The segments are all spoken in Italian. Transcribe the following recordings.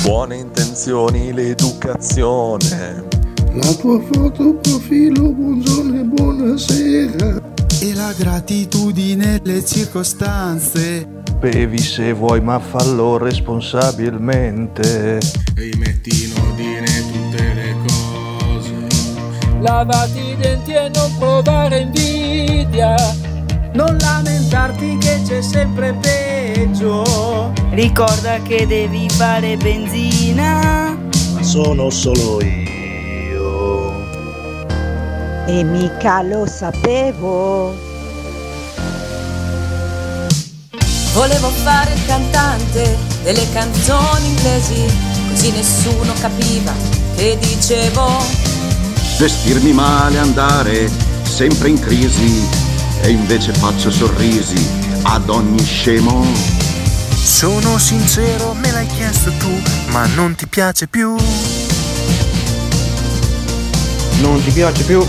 Buone intenzioni, l'educazione. La tua foto profilo, buongiorno e buonasera. E la gratitudine, le circostanze. Bevi se vuoi ma fallo responsabilmente. E metti in ordine tutte le cose. Lavati i denti e non provare invidia. Non lamentarti che c'è sempre peggio. Ricorda che devi fare benzina. Ma sono solo io. E mica lo sapevo. Volevo fare il cantante delle canzoni inglesi, così nessuno capiva che dicevo. Vestirmi male, andare sempre in crisi, e invece faccio sorrisi ad ogni scemo. Sono sincero, me l'hai chiesto tu, ma non ti piace più. Non ti piace più?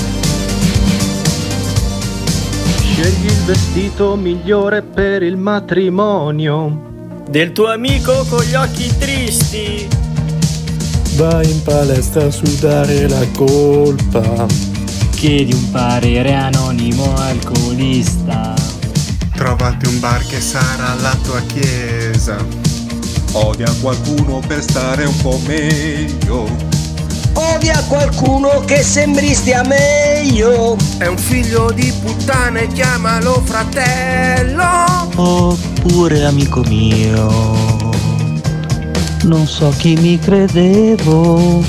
Scegli il vestito migliore per il matrimonio. Del tuo amico con gli occhi tristi. Vai in palestra a sudare la colpa. Chiedi un parere anonimo alcolista. Trovati un bar che sarà la tua chiesa. Odia qualcuno per stare un po' meglio. Odia qualcuno che sembri stia meglio. È un figlio di puttana e chiamalo fratello. Oppure amico mio, non so chi mi credevo.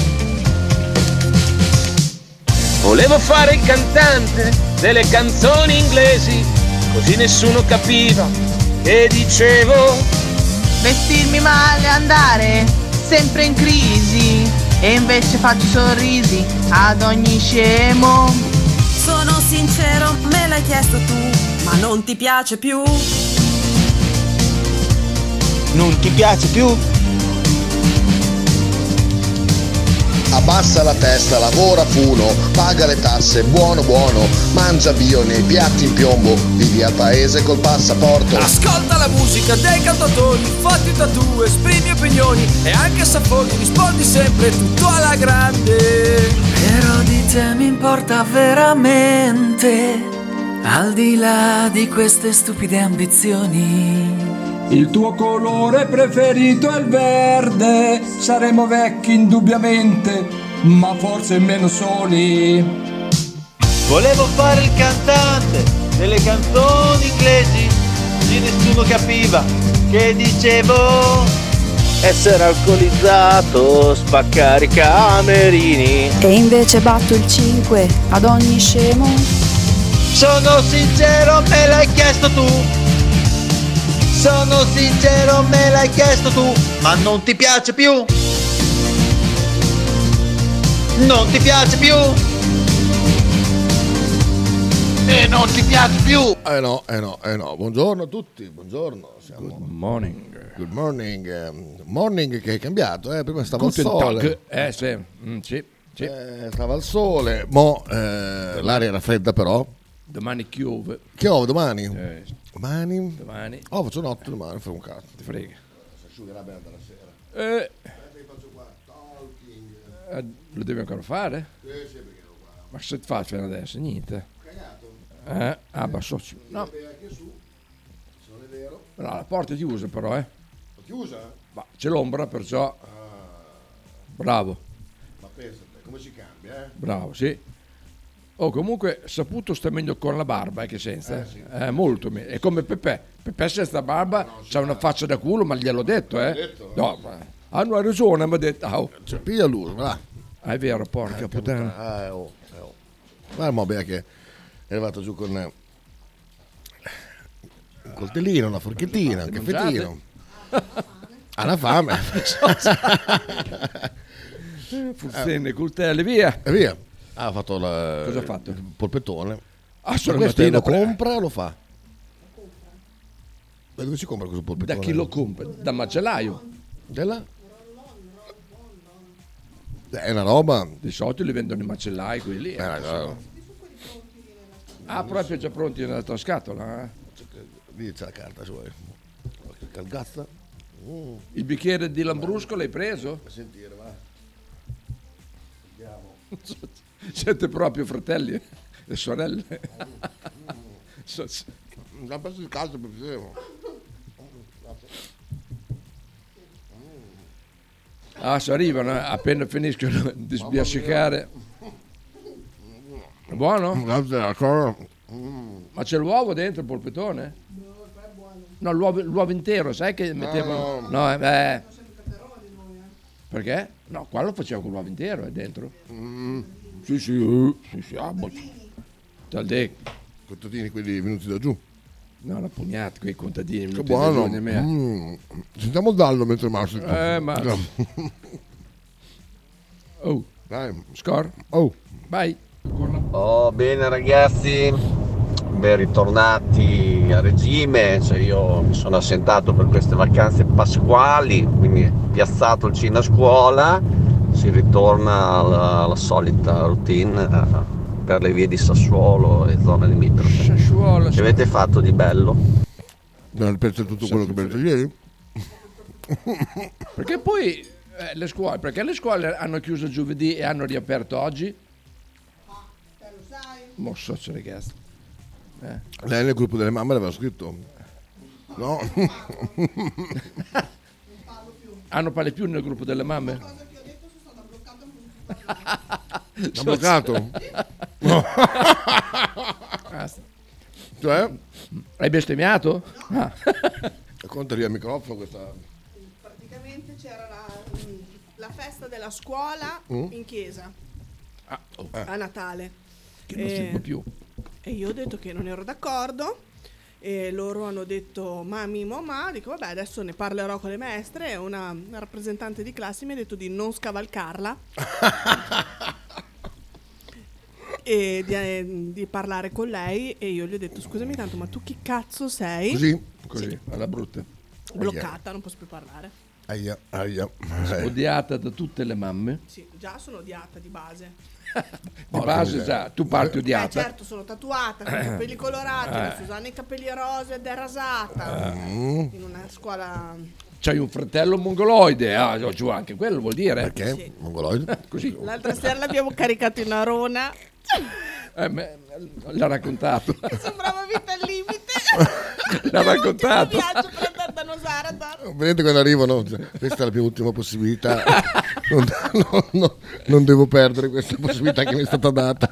Volevo fare il cantante delle canzoni inglesi, così nessuno capiva che dicevo. Vestirmi male, andare sempre in crisi, e invece faccio sorrisi ad ogni scemo. Sono sincero, me l'hai chiesto tu, ma non ti piace più. Non ti piace più? Abbassa la testa, lavora funo, paga le tasse, buono buono, mangia bio nei piatti in piombo, vivi al paese col passaporto. Ascolta la musica dei cantatori, fatti tattoo, esprimi opinioni e anche sapori, rispondi sempre tutto alla grande. Però di te mi importa veramente, al di là di queste stupide ambizioni. Il tuo colore preferito è il verde. Saremo vecchi indubbiamente, ma forse meno soli. Volevo fare il cantante delle canzoni inglesi, così nessuno capiva che dicevo. Essere alcolizzato, spaccare i camerini. E invece batto il 5 ad ogni scemo. Sono sincero, me l'hai chiesto tu. Sono sincero, me l'hai chiesto tu, ma non ti piace più? Non ti piace più? E non ti piace più? No. Buongiorno a tutti, buongiorno. Good morning. Good morning. Morning che è cambiato, prima stava al Guten sole. Tag. Sì. Stava al sole, l'aria era fredda però. Domani chiove. Piove domani? Domani. Faccio notte domani, fai un cazzo. Ti frega. Si asciugherà bene dalla sera. Faccio qua, talking. Lo devi ancora fare? Sì, perché lo fa. Ma se ti fa fino adesso? Niente. Cagato? Basso. No. Anche su, se non è vero. No, la porta è chiusa però, È chiusa? Ma c'è l'ombra, perciò. Bravo. Ma pensate, come si cambia, Bravo, sì. Comunque Saputo sta meglio con la barba che senza. Sì. Molto meglio. È come Pepe. Pepe senza barba c'ha una faccia da culo, ma gliel'ho detto, detto? No, ma hanno ragione, mi ha detto. Piglia lui, va. È vero, porca puttana. Guarda bene che è arrivato giù con un coltellino, una forchettina, un caffettino. Ha una fame. Fuzzenne, coltelli, via. E via. Ha fatto Cosa ha fatto? il polpettone. Solo questo lo mattina compra o lo fa? Da dove si compra questo polpettone? Da chi lo compra? Da macellaio. Della? È una roba. Di solito li vendono i macellai quelli. Proprio già pronti nella tua scatola. Lì c'è la carta, se vuoi. Calgazza. Il bicchiere di Lambrusco l'hai preso? A sentire, va. Andiamo. Siete proprio fratelli e sorelle. Mi ha preso il calcio per piacere. Ah, si arrivano, appena finiscono di sbiascicare. È buono? Grazie, ancora. Ma c'è l'uovo dentro il polpettone? No, l'uovo intero, sai che mettevano... No, perché? No, qua lo facevo con l'uovo intero, è dentro. Sì, Tal contadini quelli venuti da giù. No, la pugnata, quei contadini Che venuti da buono. giù. Sentiamo Dallo mentre mastico. Ma... Oh, dai. Score? Oh. Vai. Oh, bene ragazzi, ben ritornati a regime, io mi sono assentato per queste vacanze pasquali, quindi piazzato il cino a scuola, si ritorna alla solita routine per le vie di Sassuolo e zone limitrofe. Sassuolo. Che avete fatto di bello? Ripetere tutto quello che abbiamo detto ieri? Perché poi le scuole, perché le scuole hanno chiuso giovedì e hanno riaperto oggi? Mo so c'è ragazzi. Lei nel gruppo delle mamme l'aveva scritto. No? Non parli più nel gruppo delle mamme? L'ha bloccato? No. Cioè? Hai bestemmiato? Conta lì al microfono questa. Praticamente c'era la festa della scuola in chiesa a Natale. Che non si può più. E io ho detto che non ero d'accordo e loro hanno detto mami, mamma, dico vabbè adesso ne parlerò con le maestre e una rappresentante di classe mi ha detto di non scavalcarla e di parlare con lei e io gli ho detto scusami tanto ma tu chi cazzo sei? Così, sì. Alla brutta. Bloccata, non posso più parlare. Aia. Odiata da tutte le mamme. Sì, già sono odiata di base. Di base già, tu parti odiata. Certo, sono tatuata, con i capelli colorati, la Susanna i capelli rosa ed è rasata. In una scuola... C'hai un fratello mongoloide, giù anche quello vuol dire. Perché? Sì. Mongoloide? Così. L'altra sera l'abbiamo caricato in arona. L'ha raccontato. Sembrava vita al limite. L'ha raccontato. Un viaggio per andare da Nosarada. Vedete quando arrivano, questa è la mia ultima possibilità. Non devo perdere questa possibilità che mi è stata data.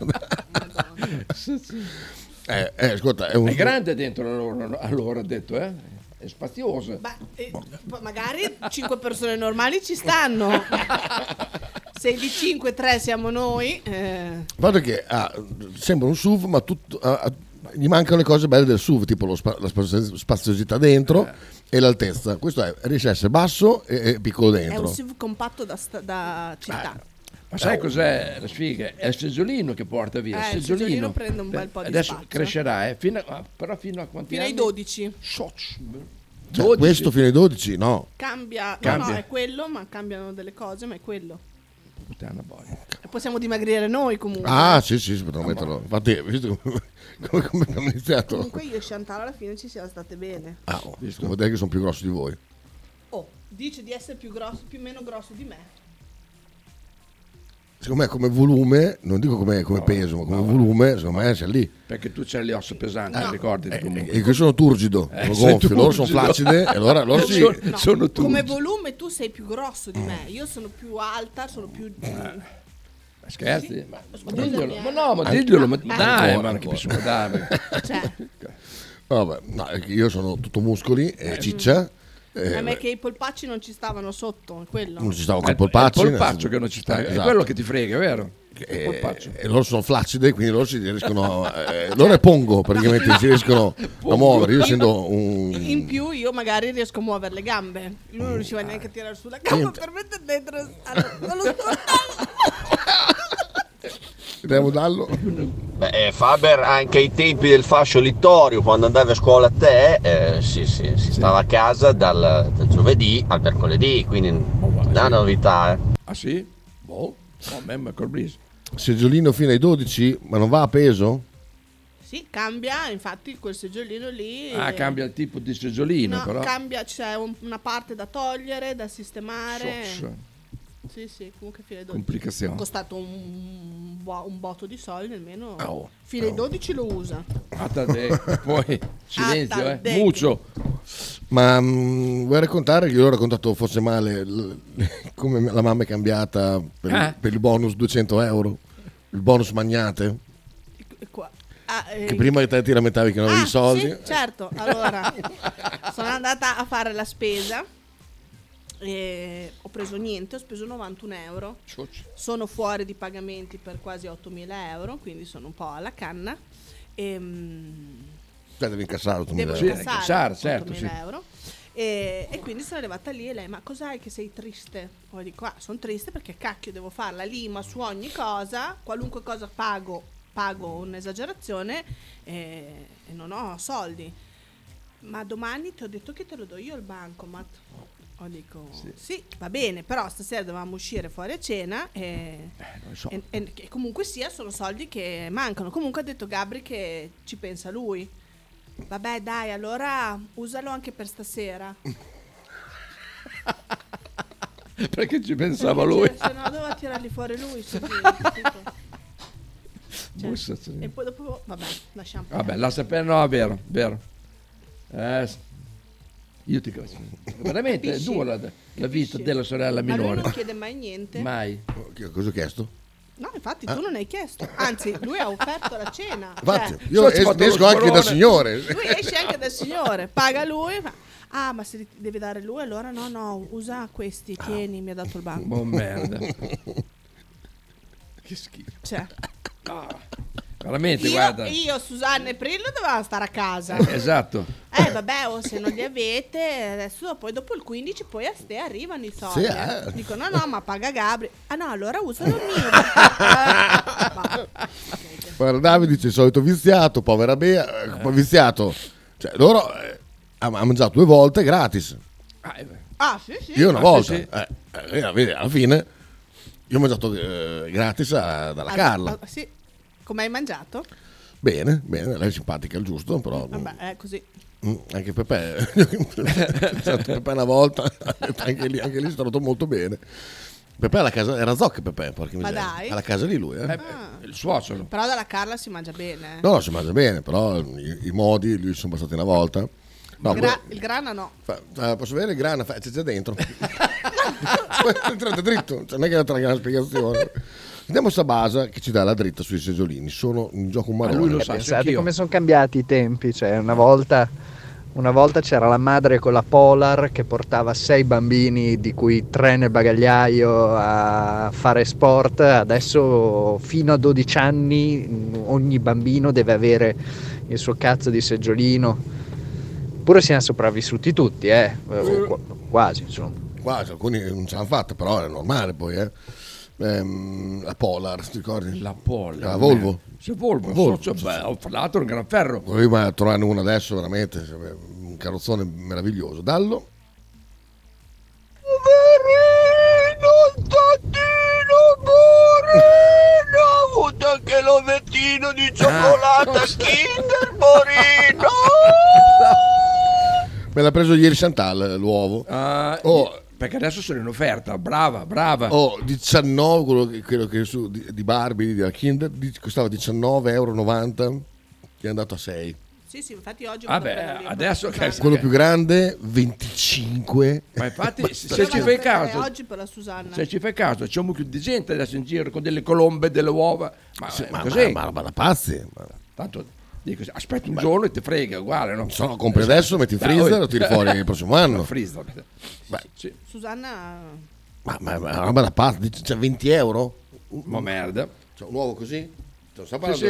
Ascolta, è grande dentro allora ha detto, è spazioso. Magari 5 persone normali ci stanno. Se di 5, 3 siamo noi. Guarda che sembra un SUV, ma gli mancano le cose belle del SUV, tipo la spaziosità dentro e l'altezza. Questo riesce a essere basso e piccolo dentro. È un SUV compatto da città. Ma sai cos'è la sfiga? È il seggiolino che porta via. Il seggiolino prende un bel po' di adesso spazio. crescerà, però fino a quanti anni? Fino ai 12. Cioè, questo fino ai 12, no. Cambia. No, è quello, ma cambiano delle cose, ma è quello. Puttana boia. E possiamo dimagrire noi comunque. Sì, si potrà metterlo. Infatti, visto come abbiamo iniziato. Comunque io e Chantal alla fine ci siamo state bene. Vuol dire che sono più grossi di voi. Dice di essere più meno grosso di me. Secondo me come volume, non dico come peso, ma come volume, secondo me sei lì. Perché tu c'hai le ossa pesanti, ricordati comunque. E io sono turgido, sono gonfio, loro sono flaccide, e allora loro sono turgidi. Come volume tu sei più grosso di me, io sono più alta, sono più... Scherzi? Sì. Ma diglielo, ma diglielo, ma dai, ma non capisco, dai. Cioè. Vabbè, no, io sono tutto muscoli e ciccia. A me che i polpacci non ci stavano sotto, quello. Non ci stavo con i polpacci. È il polpaccio che non ci sta, è quello che ti frega, vero? E loro sono flaccide, quindi loro si riescono loro è pongo praticamente, si riescono a muovere. Io essendo un... In più io magari riesco a muovere le gambe. Lui non riusciva neanche a tirare su la gamba per mettere dentro allo sportello. Andiamo dallo. Faber, anche ai tempi del fascio littorio, quando andavi a scuola a te, si stava a casa dal giovedì al mercoledì, quindi non è una novità. Ah sì? Boh, a me col bris. Seggiolino fino ai 12, ma non va a peso? Sì, cambia, infatti quel seggiolino lì... cambia il tipo di seggiolino, no, però. cambia, c'è una parte da togliere, da sistemare. Sì, comunque fine 12. Complicazione. È costato un botto di soldi, almeno fine Oh. 12 lo usa. Poi silenzio, Attendete. muccio. Ma vuoi raccontare? Io l'ho raccontato forse male come la mamma è cambiata per il bonus 200 euro, il bonus magnate. Che prima che te ti lamentavi che non avevi i soldi. Sì, certo. Allora, sono andata a fare la spesa e ho preso niente, ho speso 91 euro. Sono fuori di pagamenti per quasi 8.000 euro, quindi sono un po' alla canna. Devi incassare 8.000 Devo euro. incassare certo, 8.000 euro. E quindi sono arrivata lì e lei: ma cos'hai che sei triste? Poi dico: sono triste perché cacchio devo fare la lima su ogni cosa, qualunque cosa pago un'esagerazione e non ho soldi. Ma domani ti ho detto che te lo do io il bancomat. Dico sì, va bene, però stasera dovevamo uscire fuori a cena e comunque sia sono soldi che mancano. Comunque ha detto Gabri che ci pensa lui. Vabbè dai, allora usalo anche per stasera. Perché ci pensava lui? Se no doveva tirarli fuori lui. E poi dopo vabbè, lasciamo. Vabbè, la sapere, no, vero. Io ti capisco. Veramente è dura la vita della sorella Ma minore. lui non chiede mai niente. Mai. Cosa ho chiesto? No, infatti tu non hai chiesto. Anzi, lui ha offerto la cena. Infatti, io esco anche da signore. Lui esce anche da signore, paga lui. Ma se deve dare lui, allora no, usa questi, tieni, mi ha dato il banco. Oh merda. Che schifo. Cioè. Veramente, guarda. Io, Susanna e Prillo dovevamo stare a casa. Esatto. Vabbè, se non li avete, adesso poi dopo il 15 poi a ste arrivano i soldi. Sì, Dico no, ma paga Gabri. No, allora usalo il mio. Guarda, Davide dice: il solito viziato, povera Bea, viziato. Cioè, loro ha mangiato 2 volte gratis. Sì. Io una volta. Sì. Vedi, alla fine io ho mangiato gratis dalla Carla. Sì. Come hai mangiato? Bene, lei è simpatica, il giusto, però. Vabbè, è così. Anche Pepe. Pepe una volta, anche lì è stato molto bene. Pepe alla casa era Zoc, Pepe, porca miseria. dai. Alla casa di lui, il suocero. Però dalla Carla si mangia bene. No, si mangia bene, però i modi lui sono passati una volta. No, il grana no. Posso vedere il grana? C'è già dentro. Entrate dritto, non è che è una gran spiegazione. Andiamo a Sabasa che ci dà la dritta sui seggiolini. Sono in gioco un marrone. Lui lo sa. Pensate come sono cambiati i tempi. Cioè, una volta c'era la madre con la Polar che portava 6 bambini, di cui 3 nel bagagliaio a fare sport. Adesso fino a 12 anni ogni bambino deve avere il suo cazzo di seggiolino. Pure siamo sopravvissuti tutti, quasi, insomma. Quasi, alcuni non ce l'hanno fatta, però è normale poi, la Polar, ti ricordi? La Polar. La Volvo. C'è Volvo. Ho parlato un gran ferro. Ma trovare una adesso veramente, un carrozzone meraviglioso. Dallo. Poverino, Tattino, poverino, ha avuto anche l'ovettino di cioccolata Kinder, poverino. Me l'ha preso ieri Chantal l'uovo. Perché adesso sono in offerta. Brava. 19, quello che su di Barbie di Kinder costava 19,90 €, che è andato a 6. Sì, infatti oggi adesso quello più grande 25. Ma infatti se ci fai caso, oggi per la Susanna. Se ci fai caso, c'è un mucchio di gente adesso in giro con delle colombe, delle uova. Ma da pazzi. Tanto dico, aspetta un giorno e ti frega, uguale, no? So, compri adesso, metti in freezer, lo tiri fuori il prossimo anno. Freezer. Sì. Susanna. Ma è una roba da pazzi, c'è 20 €? Ma merda. C'è un uovo così? No.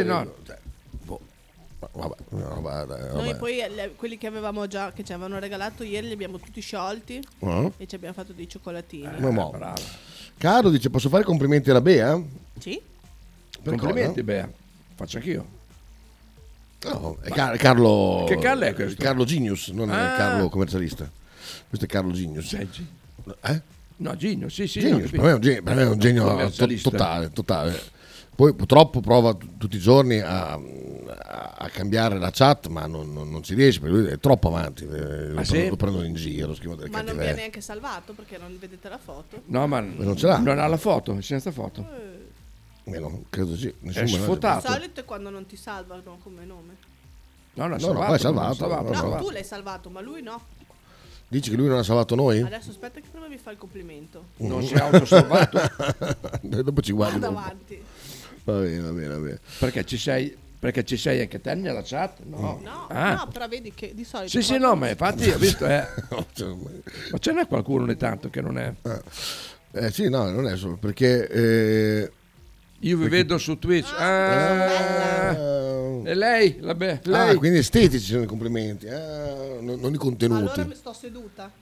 Noi poi quelli che avevamo già, che ci avevano regalato ieri, li abbiamo tutti sciolti e ci abbiamo fatto dei cioccolatini. Bravo. Caro dice: posso fare complimenti alla Bea? Sì. Complimenti, Bea. Faccio anch'io. No, è Carlo. Che Carlo è questo? Carlo Genius, non è Carlo commercialista. Questo è Carlo Genius. No, Genius, sì. Genius, per me è un genio totale. poi purtroppo prova tutti i giorni a cambiare la chat, ma non ci riesce perché lui è troppo avanti. Lo prendono in giro, scrivono delle Ma non cattiverie. viene neanche salvato perché non vedete la foto? No, ma non ce l'ha. Non ha la foto, è senza foto. No, credo sì. È sfotato. Di solito è quando non ti salvano come nome. No, poi è salvato. No, tu l'hai salvato, ma lui no. Dici che lui non ha salvato noi? Adesso aspetta che prima mi fa il complimento. Non si è autosalvato. Dopo ci guardi. Vado avanti. Va bene. Perché ci sei anche te nella chat? No. No, però vedi che di solito... Sì, no, ma infatti ho visto... Ma ce n'è qualcuno ogni tanto che non è... Sì, no, non è solo perché... Io vi vedo su Twitch. E lei? Lei? Quindi estetici sono i complimenti, non i contenuti. Allora mi sto seduta.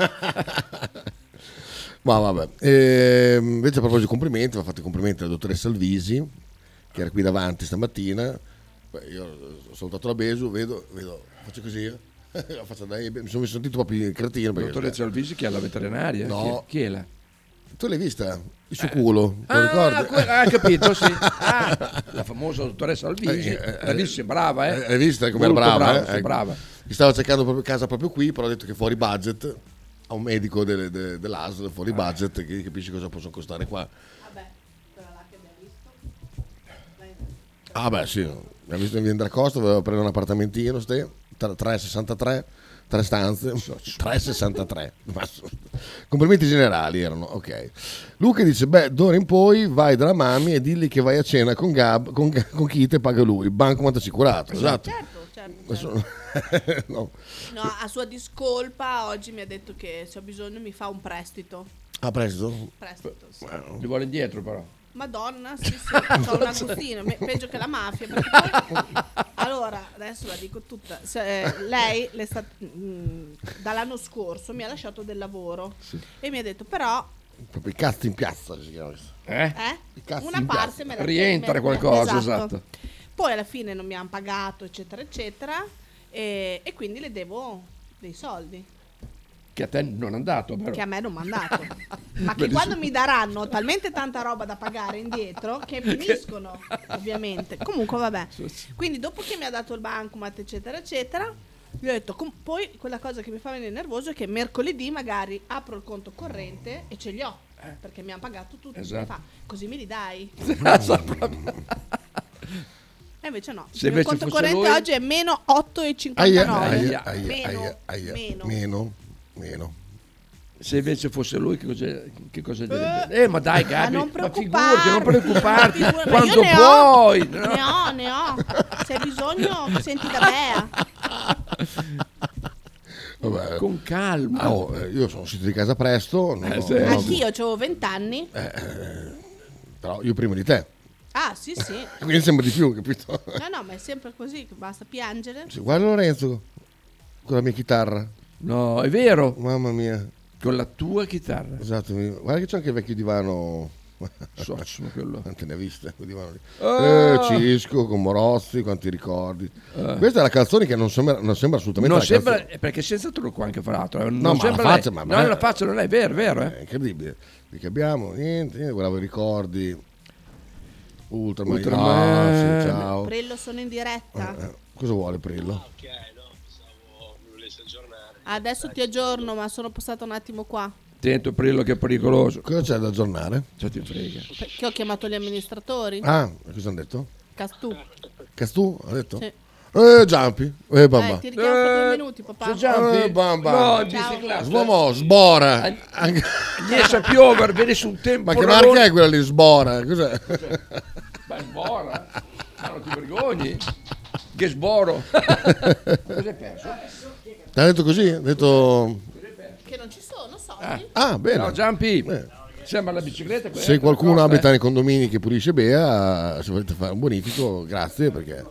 Ma vabbè. Invece a proposito di complimenti, va fatto i complimenti alla dottoressa Alvisi, che era qui davanti stamattina. Io ho salutato la Besu, vedo, faccio così. Mi sono sentito proprio cretino. Dottoressa Alvisi che è la veterinaria? No. Chi è la? Tu l'hai vista? Il suo culo, te lo ricordi? Capito, sì. La famosa dottoressa Alvisi, bravissima, brava, eh? Hai visto come era brava? Sì, brava. Mi stava cercando proprio casa proprio qui, però ha detto che fuori budget, a un medico dell'ASL fuori budget, che capisci cosa possono costare qua. Vabbè, quella là che abbiamo visto. Ah beh sì, abbiamo visto in Via Andrea Costa, doveva prendere un appartamentino, 3,63, 3 stanze, 3,63. Complimenti generali erano, ok. Luca dice, d'ora in poi vai dalla mami e digli che vai a cena con Gab, con chi te paga lui, bancomat assicurato. Esatto. Certo. No, a sua discolpa oggi mi ha detto che se ho bisogno mi fa un prestito. Ah, prestito? Sì. Li vuole indietro però. Madonna, sì, c'ho un Agostino, peggio che la mafia. Perché poi, allora, adesso la dico tutta. Lei dall'anno scorso mi ha lasciato del lavoro e mi ha detto però... Proprio i cazzi in piazza si chiama. Una parte me la rientra qualcosa, esatto. Poi alla fine non mi hanno pagato, eccetera, eccetera, e quindi le devo dei soldi. Che a te non è andato, però. Che a me non mi ha dato. Ma che quando mi daranno talmente tanta roba da pagare indietro che finiscono, ovviamente. Comunque vabbè. Quindi dopo che mi ha dato il bancomat, eccetera, eccetera, gli ho detto, poi quella cosa che mi fa venire nervoso è che mercoledì magari apro il conto corrente e ce li ho, perché mi hanno pagato tutto. Esatto. Così me li dai. E invece no, se il conto corrente oggi è meno 8,59. Meno. Se invece fosse lui, che cosa direbbe? Ma dai, Gabi, non ma figurati, non preoccuparti, quanto puoi. Ne ho. Se hai bisogno, senti da me. Vabbè. Con calma. Io sono uscito di casa presto. Anch'io, avevo 20 anni. Però io prima di te. Ah, sì. Quindi sembra di più, capito? No, ma è sempre così, basta piangere. Sì, guarda Lorenzo, con la mia chitarra. No, è vero. Mamma mia. Con la tua chitarra. Esatto, guarda che c'è anche il vecchio divano. Quello. Non te ne hai viste quel divano lì. Cisco con Morozzi, quanti ricordi. Questa è la canzone che non sembra assolutamente non sembra, perché senza trucco anche fra l'altro. No, ma la faccia, la faccia non è vero. È incredibile. Perché abbiamo niente, guardavo i ricordi. Ultraman. Sì, ciao. Prillo, sono in diretta. Cosa vuole Prillo? Ok, no, pensavo mi volesse aggiornare. Adesso ti aggiorno, ma sono passata un attimo qua. Attento Prillo che è pericoloso. Cosa c'è da aggiornare? Ciò ti frega. Perché ho chiamato gli amministratori. Ah, cosa hanno detto? Castù ha detto? Sì. Giampi. Bamba. Ti richiamo fra 2 minuti, papà. Bamba. No, sbora. Riesce a piovere, vieni su un tempo. Ma che marca è quella lì? Sbora? Cos'è? Beh, sbora. Ma non ti vergogni? Che sboro. Cos'hai perso? Ti ha detto così? Ha detto... Che non ci sono soldi. Ah, bene. Ciao Giampi. Sembra la bicicletta. Se qualcuno abita nei condomini che pulisce Bea, se volete fare un bonifico, grazie, perché...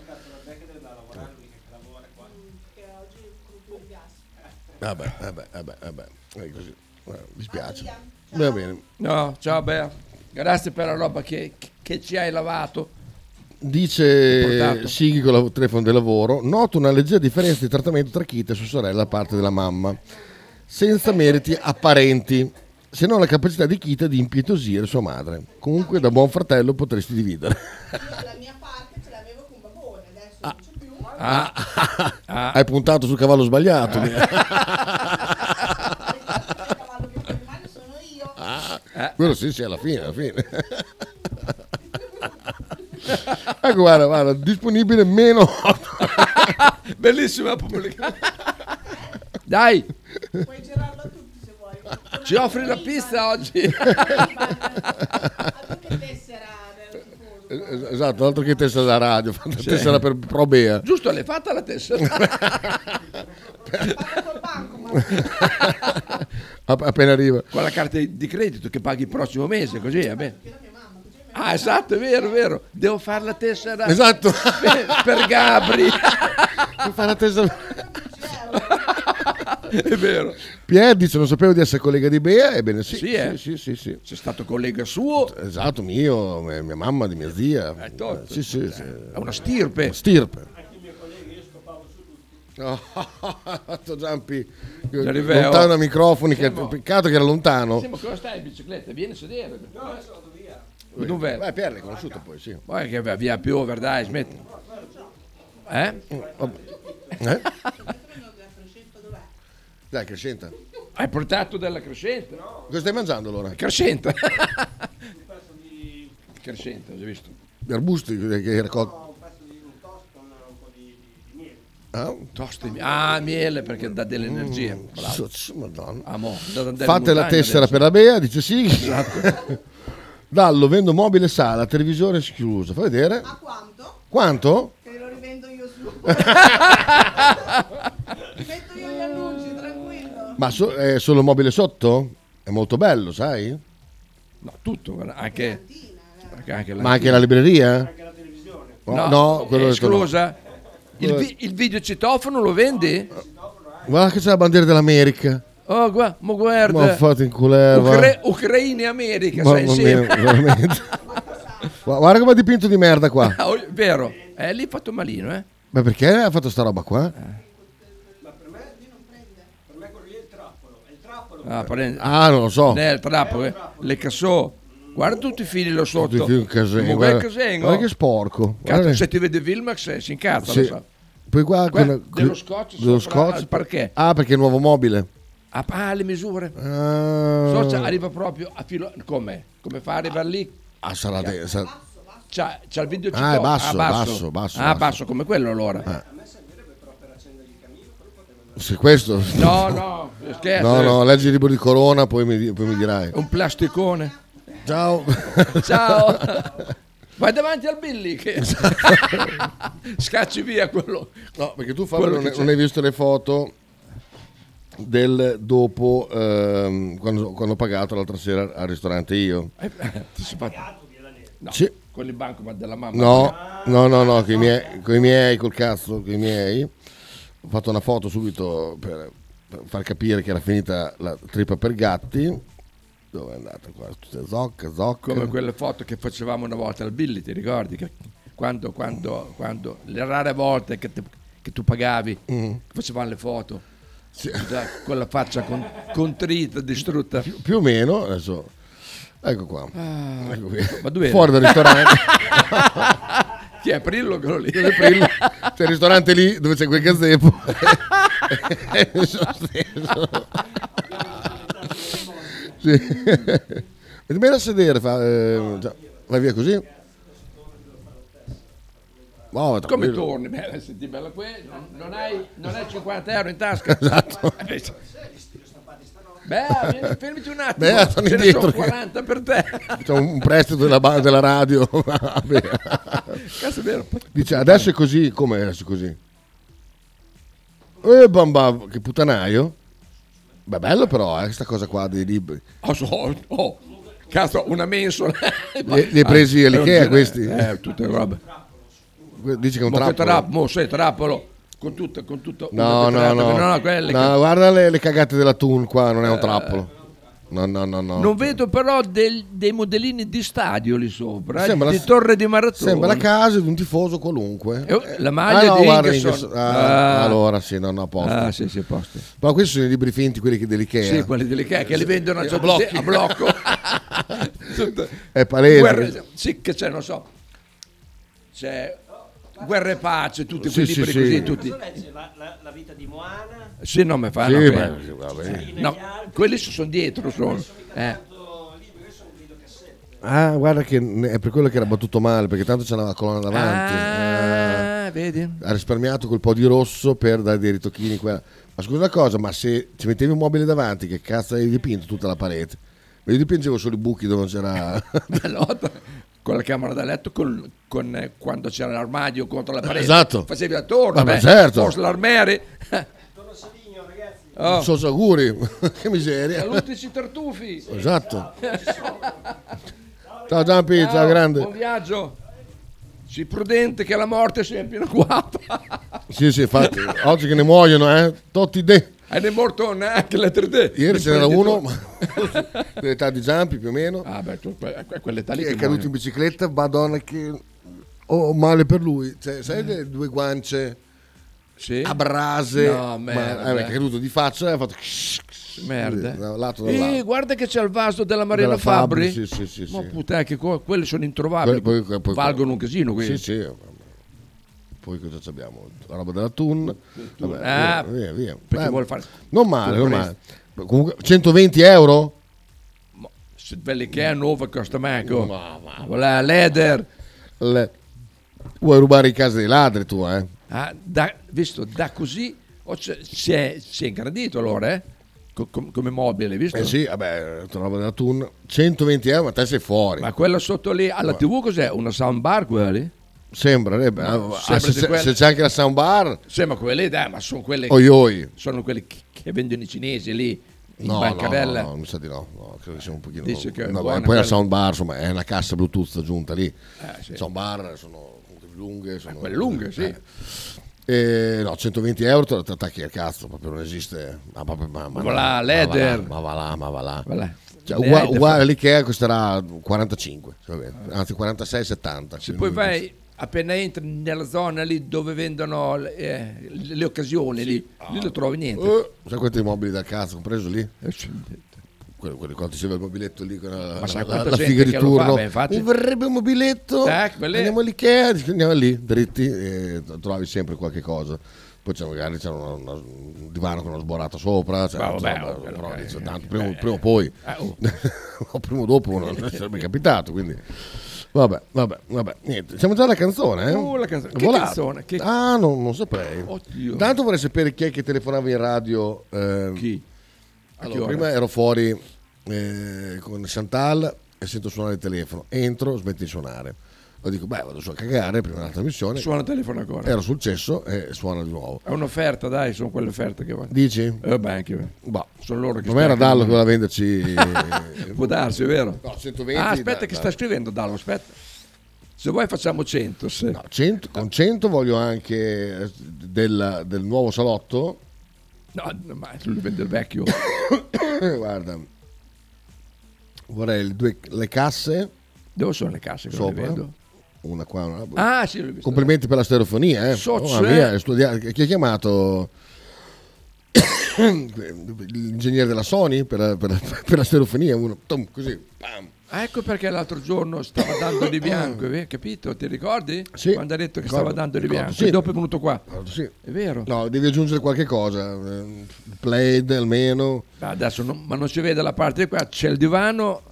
Vabbè. Così. Mi spiace. Va bene. No, ciao Bea. Grazie per la roba che ci hai lavato. Dice Sighi con il telefono del lavoro: noto una leggera differenza di trattamento tra Kita e sua sorella da parte della mamma, senza meriti apparenti. se non la capacità di Kita di impietosire sua madre. Comunque da buon fratello potresti dividere. La mia parte ce l'avevo con Babone, adesso non c'è più. Hai puntato sul cavallo sbagliato. Quello sì, alla fine. Ecco, guarda, disponibile meno. Bellissima pubblica. Dai. Puoi girarlo a tutti se vuoi. Ci offri la pista oggi? Esatto, altro che tessera da radio, tessera per Probea. Giusto, l'hai fatta la tessera? Appena arriva. Con la carta di credito che paghi il prossimo mese, così va bene. Ah, esatto, è vero. Devo fare la tessera. Esatto. Per Gabri. Devo fare la tessera. È vero. Pier dice: non sapevo di essere collega di Bea. Ebbene sì. Sì. Sei stato collega suo. Esatto, mio, mia mamma, di mia zia. Sì. È una stirpe. No, Giampi, Arriveo. lontano dai microfoni, peccato che era lontano. Sì, ma cosa stai in bicicletta? Vieni a sedere. No, sono via. Dov'è? Beh, Pier l'hai conosciuto poi, sì. Poi che va via più over, dai, smetti. Dai, Crescenta. Hai portato della Crescenta? No. Cosa stai mangiando allora? Crescenta. Crescenta, ho già visto. Gli arbusti che raccolgo. Miele perché dà dell'energia. Madonna. Fate la tessera adesso. per la Bea, dice sì. Esatto. Dallo, vendo mobile sala, televisore schiuso. Fai vedere. A quanto? Quanto? Che lo rivendo io su. Metto io gli annunci, tranquillo. Ma è solo mobile sotto? È molto bello, sai? No, tutto, anche Ma anche la libreria? Anche la televisione. No, quello è esclusa. No. Il videocitofono lo vendi? Guarda che c'è la bandiera dell'America. Oh, guarda. Ma fate in culera. Ucraina e America, Mamma sai mia, insieme. veramente. Guarda come ha dipinto di merda qua. Vero, lì ha fatto malino, Ma perché ha fatto sta roba qua? Ma per me non prende. Per me quello lì è il trappolo. È il trappolo. Non lo so. Il trappolo, le cassò. Guarda tutti i fili là sotto. Tutti i casini. Guarda che sporco. Cazzo, se ti vede Vilmax si incazza, sì. lo so. Poi qua dello scotch perché? Perché è nuovo mobile. Le misure. Arriva proprio a filo. Come fa a arrivare lì? Sarà c'ha il video è basso. Basso come quello allora. A me servirebbe però per accendere il camino. Se questo. No, scherzo. No, leggi il libro di Corona, poi mi dirai. Un plasticone. Ciao. Vai davanti al Billy che scacci via quello. No, perché tu Fabio non hai visto le foto del dopo quando ho pagato l'altra sera al ristorante io. Ti sei fatto? No, sì. Con il bancomat della mamma. No, con i miei, col cazzo, con i miei. Ho fatto una foto subito per far capire che era finita la trippa per gatti. Dove è andata qua? Tutte zocca. Come quelle foto che facevamo una volta al Billy, ti ricordi? Che quando le rare volte che tu pagavi, facevamo le foto, sì. Con la faccia contrita, distrutta. Più o meno, adesso. Ecco qua. Ecco qui. Ma dove fuori dal ristorante. Chi è Prillo quello lì? C'è il ristorante lì dove c'è quel gazebo. Sì. Metti a sedere, vai via così. Come torni? Senti bella qui, non hai 50 euro in tasca. Esatto. Fermiti un attimo. Sono Ce ne indietro, sono 40 per te. C'è un prestito della radio. Cazzo, è vero. Dice adesso è così, come adesso è così? Bamba, che puttanaio. Beh, bello però, questa cosa qua dei libri. Cazzo, una mensola. Li hai presi all'Ikea questi? Tutte robe. Dici che è un trappolo? Trappolo. Con tutto. No, quelle guarda le cagate della Thun qua, non è un trappolo. Non vedo però dei modellini di stadio lì sopra, Sembra di la- torre di maratona. Sembra la casa di un tifoso qualunque. La maglia di guarda, Ingersoll. allora sì, non a posto. Ah, sì, a posto. Ma questi sono i libri finti, quelli dell'Ikea. Sì, quelli dell'Ikea che li vendono a blocco. È palese. Sì, che c'è, non so. C'è Guerra e Pace, tutti Sì, quei libri sì, così, sì. tutti. La vita di Moana. Sì, no, mi fanno bene. No, quelli sono dietro. Ah, guarda che è per quello che era battuto male, perché tanto c'era la colonna davanti. Vedi? Ha risparmiato quel po' di rosso per dare dei ritocchini qua. Ma scusa una cosa, ma se ci mettevi un mobile davanti, che cazzo hai dipinto tutta la parete? Ma io dipingevo solo i buchi dove non c'era... Con la camera da letto, con quando c'era l'armadio contro la parete. Esatto. Facevi attorno. Ma certo. Forse l'armere. Non so, auguri. Che miseria. Salutici tartufi. Esatto. Ciao Giampi, ciao grande. Buon viaggio. Sii prudente che la morte è sempre una guapa. Sì, infatti, oggi che ne muoiono, tutti de. E ne è morto anche la 3D. Ieri ce n'era uno, dell'età di Giampi più o meno. Ah, beh, quell'età lì È che caduto muoiono. in bicicletta, madonna che ho male per lui. Cioè, sai le due guance abrase? No, merda. È caduto di faccia e ha fatto... Merda. Da un lato dall'altro. Guarda che c'è il vaso della Marina Della Fabbri. Sì. Ma puttana, che quelli sono introvabili. Poi- Valgono un casino quelli. Sì. Poi cosa abbiamo? La roba della Thun. Vabbè, Ah, via. perché vuol fare... Non male. Comunque 120 euro? Se quelli che è nuova costa manco. Quella leather. Vuoi rubare in casa dei ladri tu, Visto, da così si è ingrandito allora, come mobile, visto? Sì, vabbè, la roba della Thun. 120 euro, ma te sei fuori. Ma quella sotto lì alla TV cos'è? Una soundbar quella lì? Sembrerebbe. Sembra di quella- Se c'è anche la soundbar. Sì, ma quelle dai, ma sono quelle Oi. sono quelle che vendono i cinesi lì in No, bancarella. no, mi sa di no, credo che sia un pochino. Dice che è no, buona poi quella. la soundbar, insomma, è una cassa Bluetooth aggiunta lì. Sì. Soundbar sono comunque lunghe. Sono, quelle lunghe, sì. No, 120 euro te la attacchi al cazzo, proprio non esiste. Ma Va là, leather. Ma va là. Va là. Cioè, Leather. uguale all'IKEA costerà 45, anzi 46,70. Se poi vai appena entri nella zona lì dove vendono le occasioni, lì non trovi niente. Sai quanti mobili da cazzo ho preso lì? Quelli quando si vede il mobiletto lì con Ma sai la quanta figa gente di che lo fa? turno. Beh, infatti. Mi vorrebbe un mobiletto. Quelli- Andiamo all'IKEA, andiamo lì, dritti, e trovi sempre qualche cosa. Poi magari c'è un divano con una sborata sopra. Cioè, però dice, tanto, prima o poi, o prima o dopo non sarebbe capitato. Quindi, vabbè, niente. Siamo già alla canzone, La canzone. Che Volato. canzone? Che... Non saprei. Oddio. Intanto vorrei sapere chi è che telefonava in radio. Chi? Allora, prima ero fuori con Chantal e sento suonare il telefono. Entro, smetti di suonare. Lo dico, vado su a cagare prima della trasmissione. Suona il telefono ancora. Ero sul cesso e suona di nuovo. È un'offerta, dai, sono quelle offerte che va. Dici? Beh, anche sono loro che Non era Dallo che voleva venderci. Può darsi, è vero? No, 120. Aspetta, che sta scrivendo Dallo, aspetta. Se vuoi facciamo 100. Se... No, 100. Con 100 voglio anche del nuovo salotto. No, ma lui vende il vecchio. Guarda, vorrei le casse. Dove sono le casse che non le Sopra. vedo? Una qua, una. Sì, l'ho visto. Complimenti per la stereofonia, Socio, mia, chi ha chiamato? L'ingegnere della Sony per la stereofonia, uno così, pam. Ecco perché l'altro giorno stava dando di bianco, capito? Ti ricordi? Sì. Quando ha detto che stava dando di bianco, sì. e dopo è venuto qua. Sì. È vero? No, devi aggiungere qualche cosa, il plaid almeno. Adesso ma non si vede la parte di qua, c'è il divano.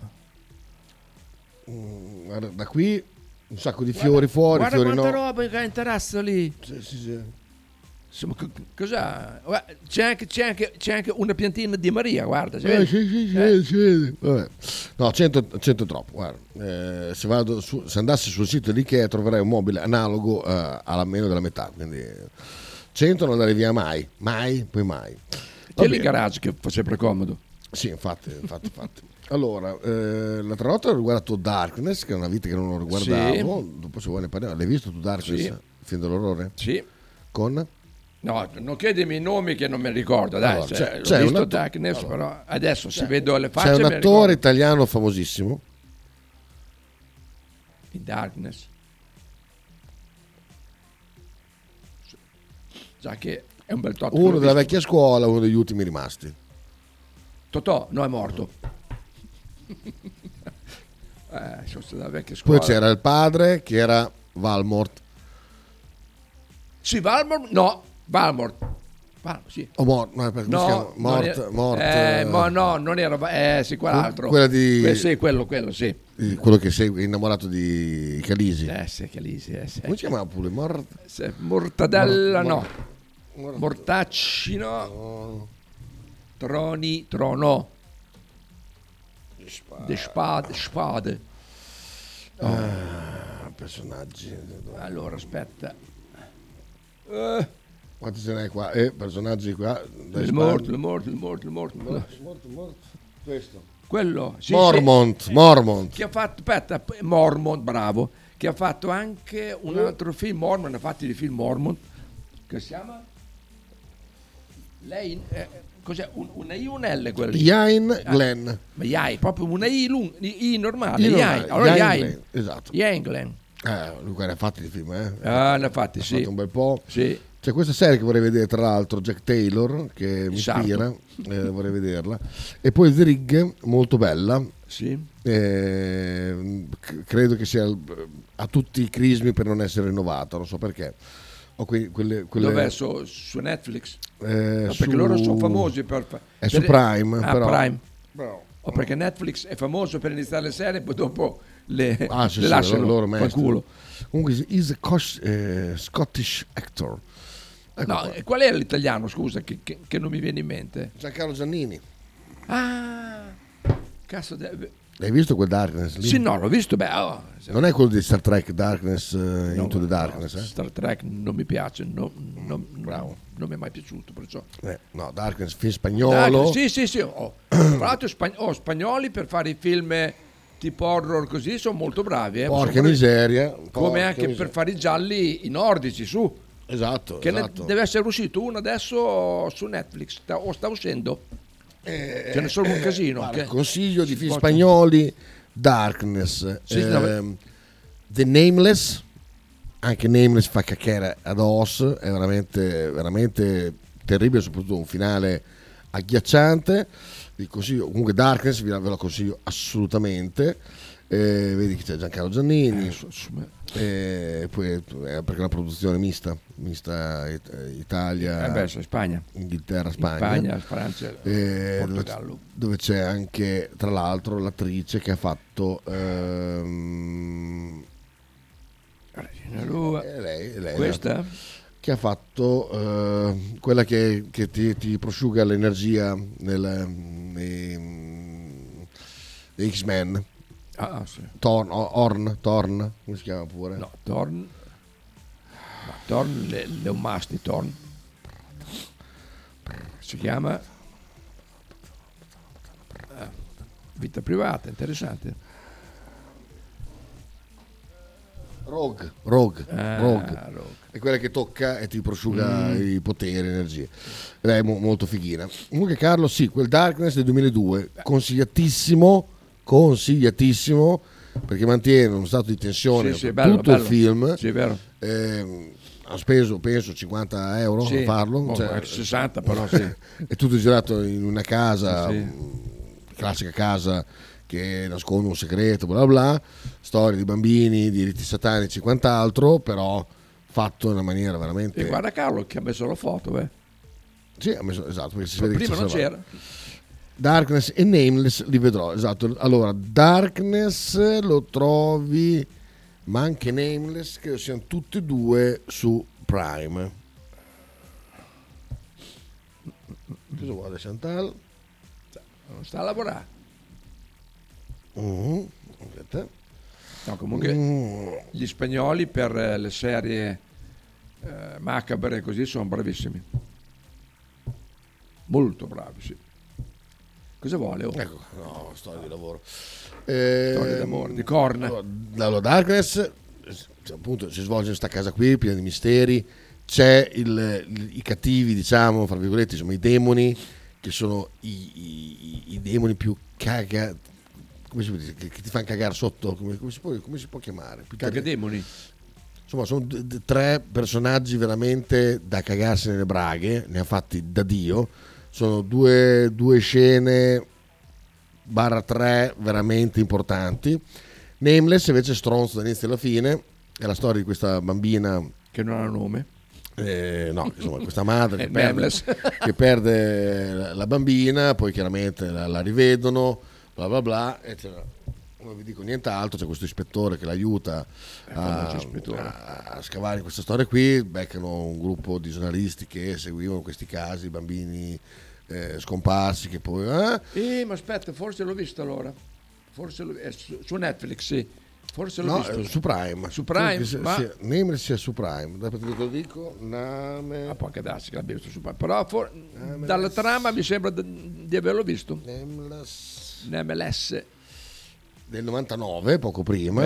Guarda, da qui un sacco di fiori fuori, Guarda fiori quanta no. roba che ha in terrazzo lì. Sì. Insomma, cos'ha? C'è anche una piantina di Maria, guarda. Sì. Vabbè. No, 100 è troppo. Guarda. Se andassi sul sito di Ikea troverei un mobile analogo alla meno della metà. Quindi 100 non andrei via mai. Poi mai. C'è lì il garage che fa sempre comodo. Sì, infatti. Allora, l'altra volta ho riguardato Darkness, che è una vita che non lo riguardavo. Sì. Dopo se vuoi ne parliamo. L'hai visto tu Darkness? Sì. Film dell'orrore? Sì. Con? No, non chiedimi i nomi che non mi ricordo, dai. Allora, L'ho c'è visto un Darkness, però adesso si vedo le C'è facce. un mi attore ricordo. italiano famosissimo. In Darkness. Già che è un bel tot. che Uno l'ho della visto. vecchia scuola, uno degli ultimi rimasti. Totò, no, è morto. Sono della vecchia scuola. Poi c'era il padre che era Valmort. Sì, Valmort, no, Valmort. Sì. O Mort, no, come si chiama? No, non era, sì, quell'altro. Quella di... Sì, quello, sì. Quello che sei innamorato di Calisi. Sì, Calisi, sì. Come si chiamava pure? Mortadella, no. Mortacci, no. Trono. De spade. Personaggi. Allora, aspetta. Quanti ce n'hai qua? Personaggi qua. Il morto. Questo. Quello. Sì, Mormont. sì. Mormont. Che ha fatto, aspetta, Mormont, bravo. Che ha fatto anche un altro film, Mormont, ha fatto il film Mormont. Che si chiama? Lei, cos'è? Una I o un L quello lì? Yain Glenn. Ma Yain, proprio una I normale. Yain. Allora Yain. Esatto. Yain Glenn. Lui ne ha fatti di film, ne ha fatti, sì. Fatto un bel po'. Sì. C'è questa serie che vorrei vedere, tra l'altro, Jack Taylor, che mi ispira, vorrei vederla. E poi The Rig, molto bella. Sì. Credo che sia ha tutti i crismi per non essere rinnovata, non so perché. Ho quelle... Dov'è? Su Netflix? Perché loro sono famosi per... È su Prime, però. Prime. Però. O perché Netflix è famoso per iniziare le serie, poi dopo le Sì, lasciano loro col culo. Comunque, is a Scottish actor. Ecco no, qua. qual è l'italiano, scusa, che non mi viene in mente? Giancarlo Giannini. Cazzo, L'hai visto quel Darkness lì? Sì, no, l'ho visto. Non è quello di Star Trek Darkness, Into the Darkness? Star Trek non mi piace, bravo, non mi è mai piaciuto, perciò. No, Darkness, film spagnolo. Sì. Tra l'altro spagnoli per fare i film tipo horror così sono molto bravi. Porca miseria. Come anche per fare i gialli i nordici, su. Esatto. Deve essere uscito uno adesso su Netflix, o sta uscendo. Ce ne sono un casino. Consiglio di film spagnoli: Darkness, The Nameless. Anche Nameless fa cacchiere ad os, è veramente, veramente terribile, soprattutto un finale agghiacciante. Vi consiglio, comunque Darkness ve lo consiglio assolutamente. Vedi che c'è Giancarlo Giannini, poi perché è una produzione mista Italia, Spagna, Inghilterra, Spagna, Francia, Portogallo, dove c'è anche tra l'altro l'attrice che ha fatto lei questa che ha fatto quella che ti prosciuga l'energia nei X-Men. Sì. Thorn, come si chiama pure? No, Thorn le un masti, Thorn si chiama vita privata, interessante. Rogue. È quella che tocca e ti prosciuga i poteri, l'energia. Lei è molto fighina. Comunque Carlo, sì, quel Darkness del 2002, consigliatissimo perché mantiene uno stato di tensione tutto il film. Sì, è vero. Ha speso penso 50 euro a farlo, 60 però sì. È tutto girato in una casa, classica casa che nasconde un segreto, bla bla, storie di bambini, di riti satanici e quant'altro, però fatto in una maniera veramente... E guarda Carlo che ha messo la foto, Sì, ha messo, esatto, perché si vede prima che non c'era. Darkness e Nameless li vedrò, esatto. Allora, Darkness lo trovi, ma anche Nameless, credo siano tutti e due su Prime. Cosa vuole Chantal? Non sta a lavorare. Uh-huh. No, comunque gli spagnoli per le serie macabre così sono bravissimi, molto bravi, sì. Cosa vuole? Ecco, no, storia di lavoro, storia d'amore, di corna. Allora, Darkness, appunto, si svolge in questa casa qui piena di misteri, c'è i cattivi, diciamo, fra virgolette, insomma, i demoni, che sono i demoni più come si può dire, che ti fanno cagare sotto, come si può chiamare? Cagademoni. Insomma, sono 3 personaggi veramente da cagarsi nelle braghe, ne ha fatti da Dio. Sono due scene /3 veramente importanti. Nameless invece è stronzo dall'inizio alla fine, è la storia di questa bambina che non ha nome. No, insomma, questa madre che perde la bambina, poi chiaramente la rivedono, bla bla bla, e non vi dico nient'altro. C'è questo ispettore che l'aiuta a scavare questa storia qui. Beccano un gruppo di giornalisti che seguivano questi casi, bambini scomparsi, che poi ma aspetta, forse l'ho visto allora, è su Netflix, sì. Forse l'ho visto su Prime. Nameless sia su Prime. Te lo dico. Può anche darsi che l'abbia visto su Prime. Però dalla trama mi sembra di averlo visto. Nameless del 99, poco prima.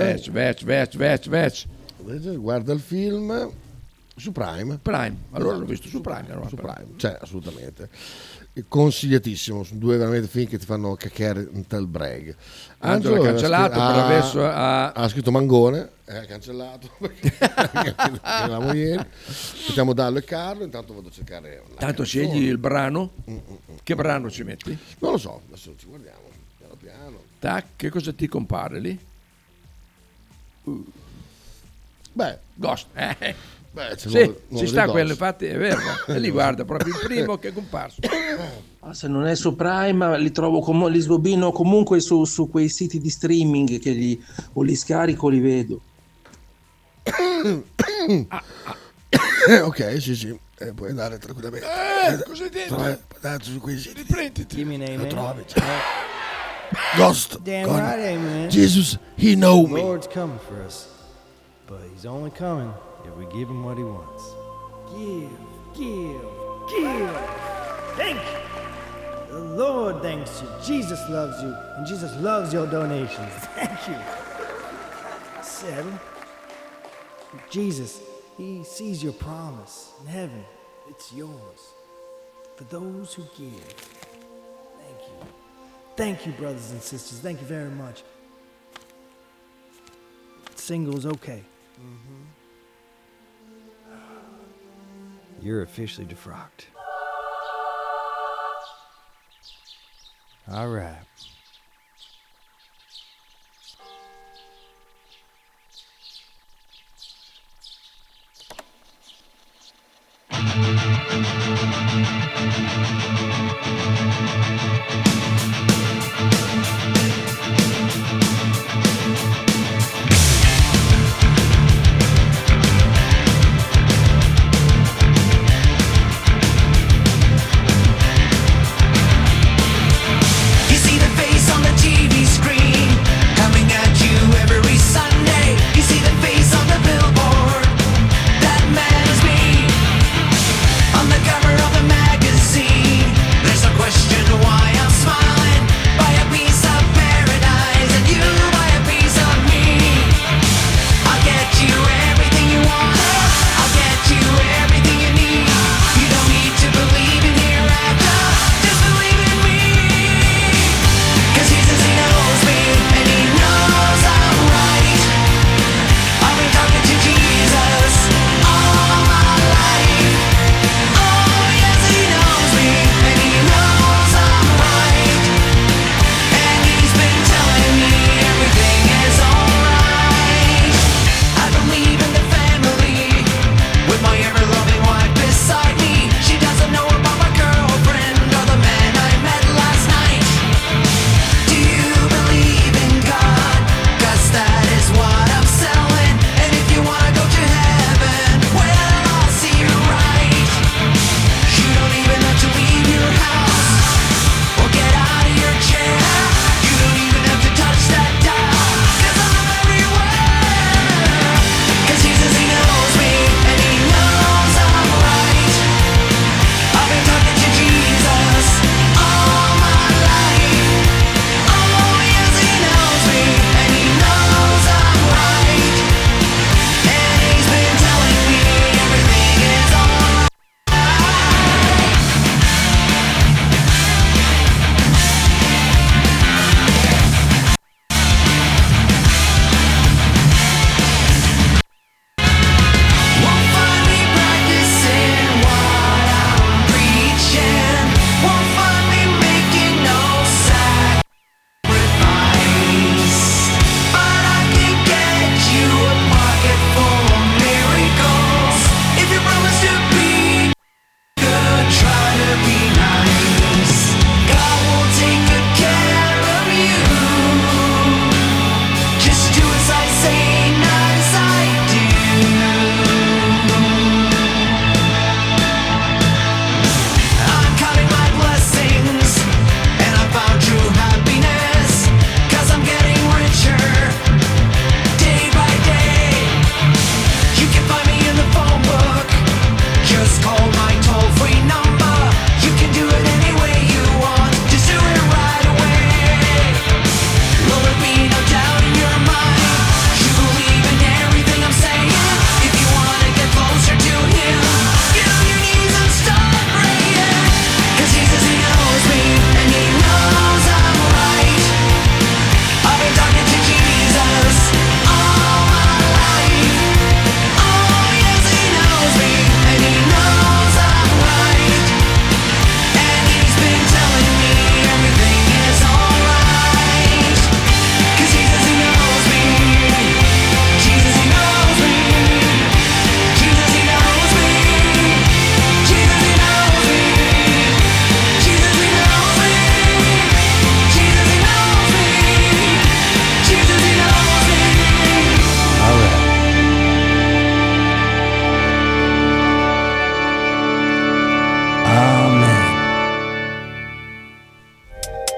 Guarda il film su Prime. Allora l'ho visto su Prime. Cioè, assolutamente. Consigliatissimo, sono 2 veramente film che ti fanno cacchiare un tel brag. Angelo ha cancellato per adesso ha scritto Mangone, è cancellato perché eravamo ieri. Facciamo Dallo e Carlo, intanto vado a cercare tanto scegli il brano. Che brano ci metti? Non lo so, adesso ci guardiamo piano piano. Tac, che cosa ti compare lì? Ghost. Ci sta quello, infatti è vero. E lì guarda proprio il primo che è comparso. Se non è su Prime li trovo li sbobino comunque su quei siti di streaming che o li scarico, li vedo. Ok, sì. Puoi andare tranquillamente. Cosa hai detto? Su quei siti. Riprenditi. Lo trovi. Ghost. Damn right, amen. Jesus, he know me. The Lord's coming for us, but he's only coming if we give him what he wants. Give. Thank you. The Lord thanks you. Jesus loves you, and Jesus loves your donations. Thank you. 7. Jesus, he sees your promise in heaven. It's yours. For those who give. Thank you. Thank you, brothers and sisters. Thank you very much. Single's okay. You're officially defrocked. All right. On the cover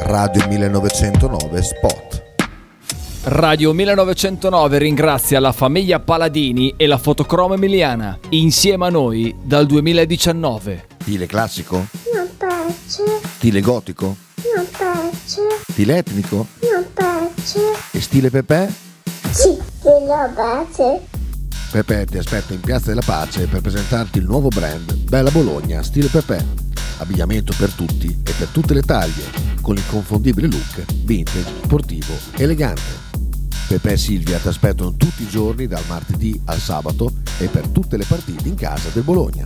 Radio 1909 Spot. Radio 1909 ringrazia la famiglia Paladini e la Fotocromo Emiliana, insieme a noi dal 2019. Stile classico? Non piace. Stile gotico? Non piace. Stile etnico? Non piace. E stile Pepe? Sì, non piace. Pepe ti aspetta in Piazza della Pace per presentarti il nuovo brand Bella Bologna Stile Pepe. Abbigliamento per tutti e per tutte le taglie, con l'inconfondibile look vintage, sportivo, elegante. Pepe e Silvia ti aspettano tutti i giorni dal martedì al sabato e per tutte le partite in casa del Bologna.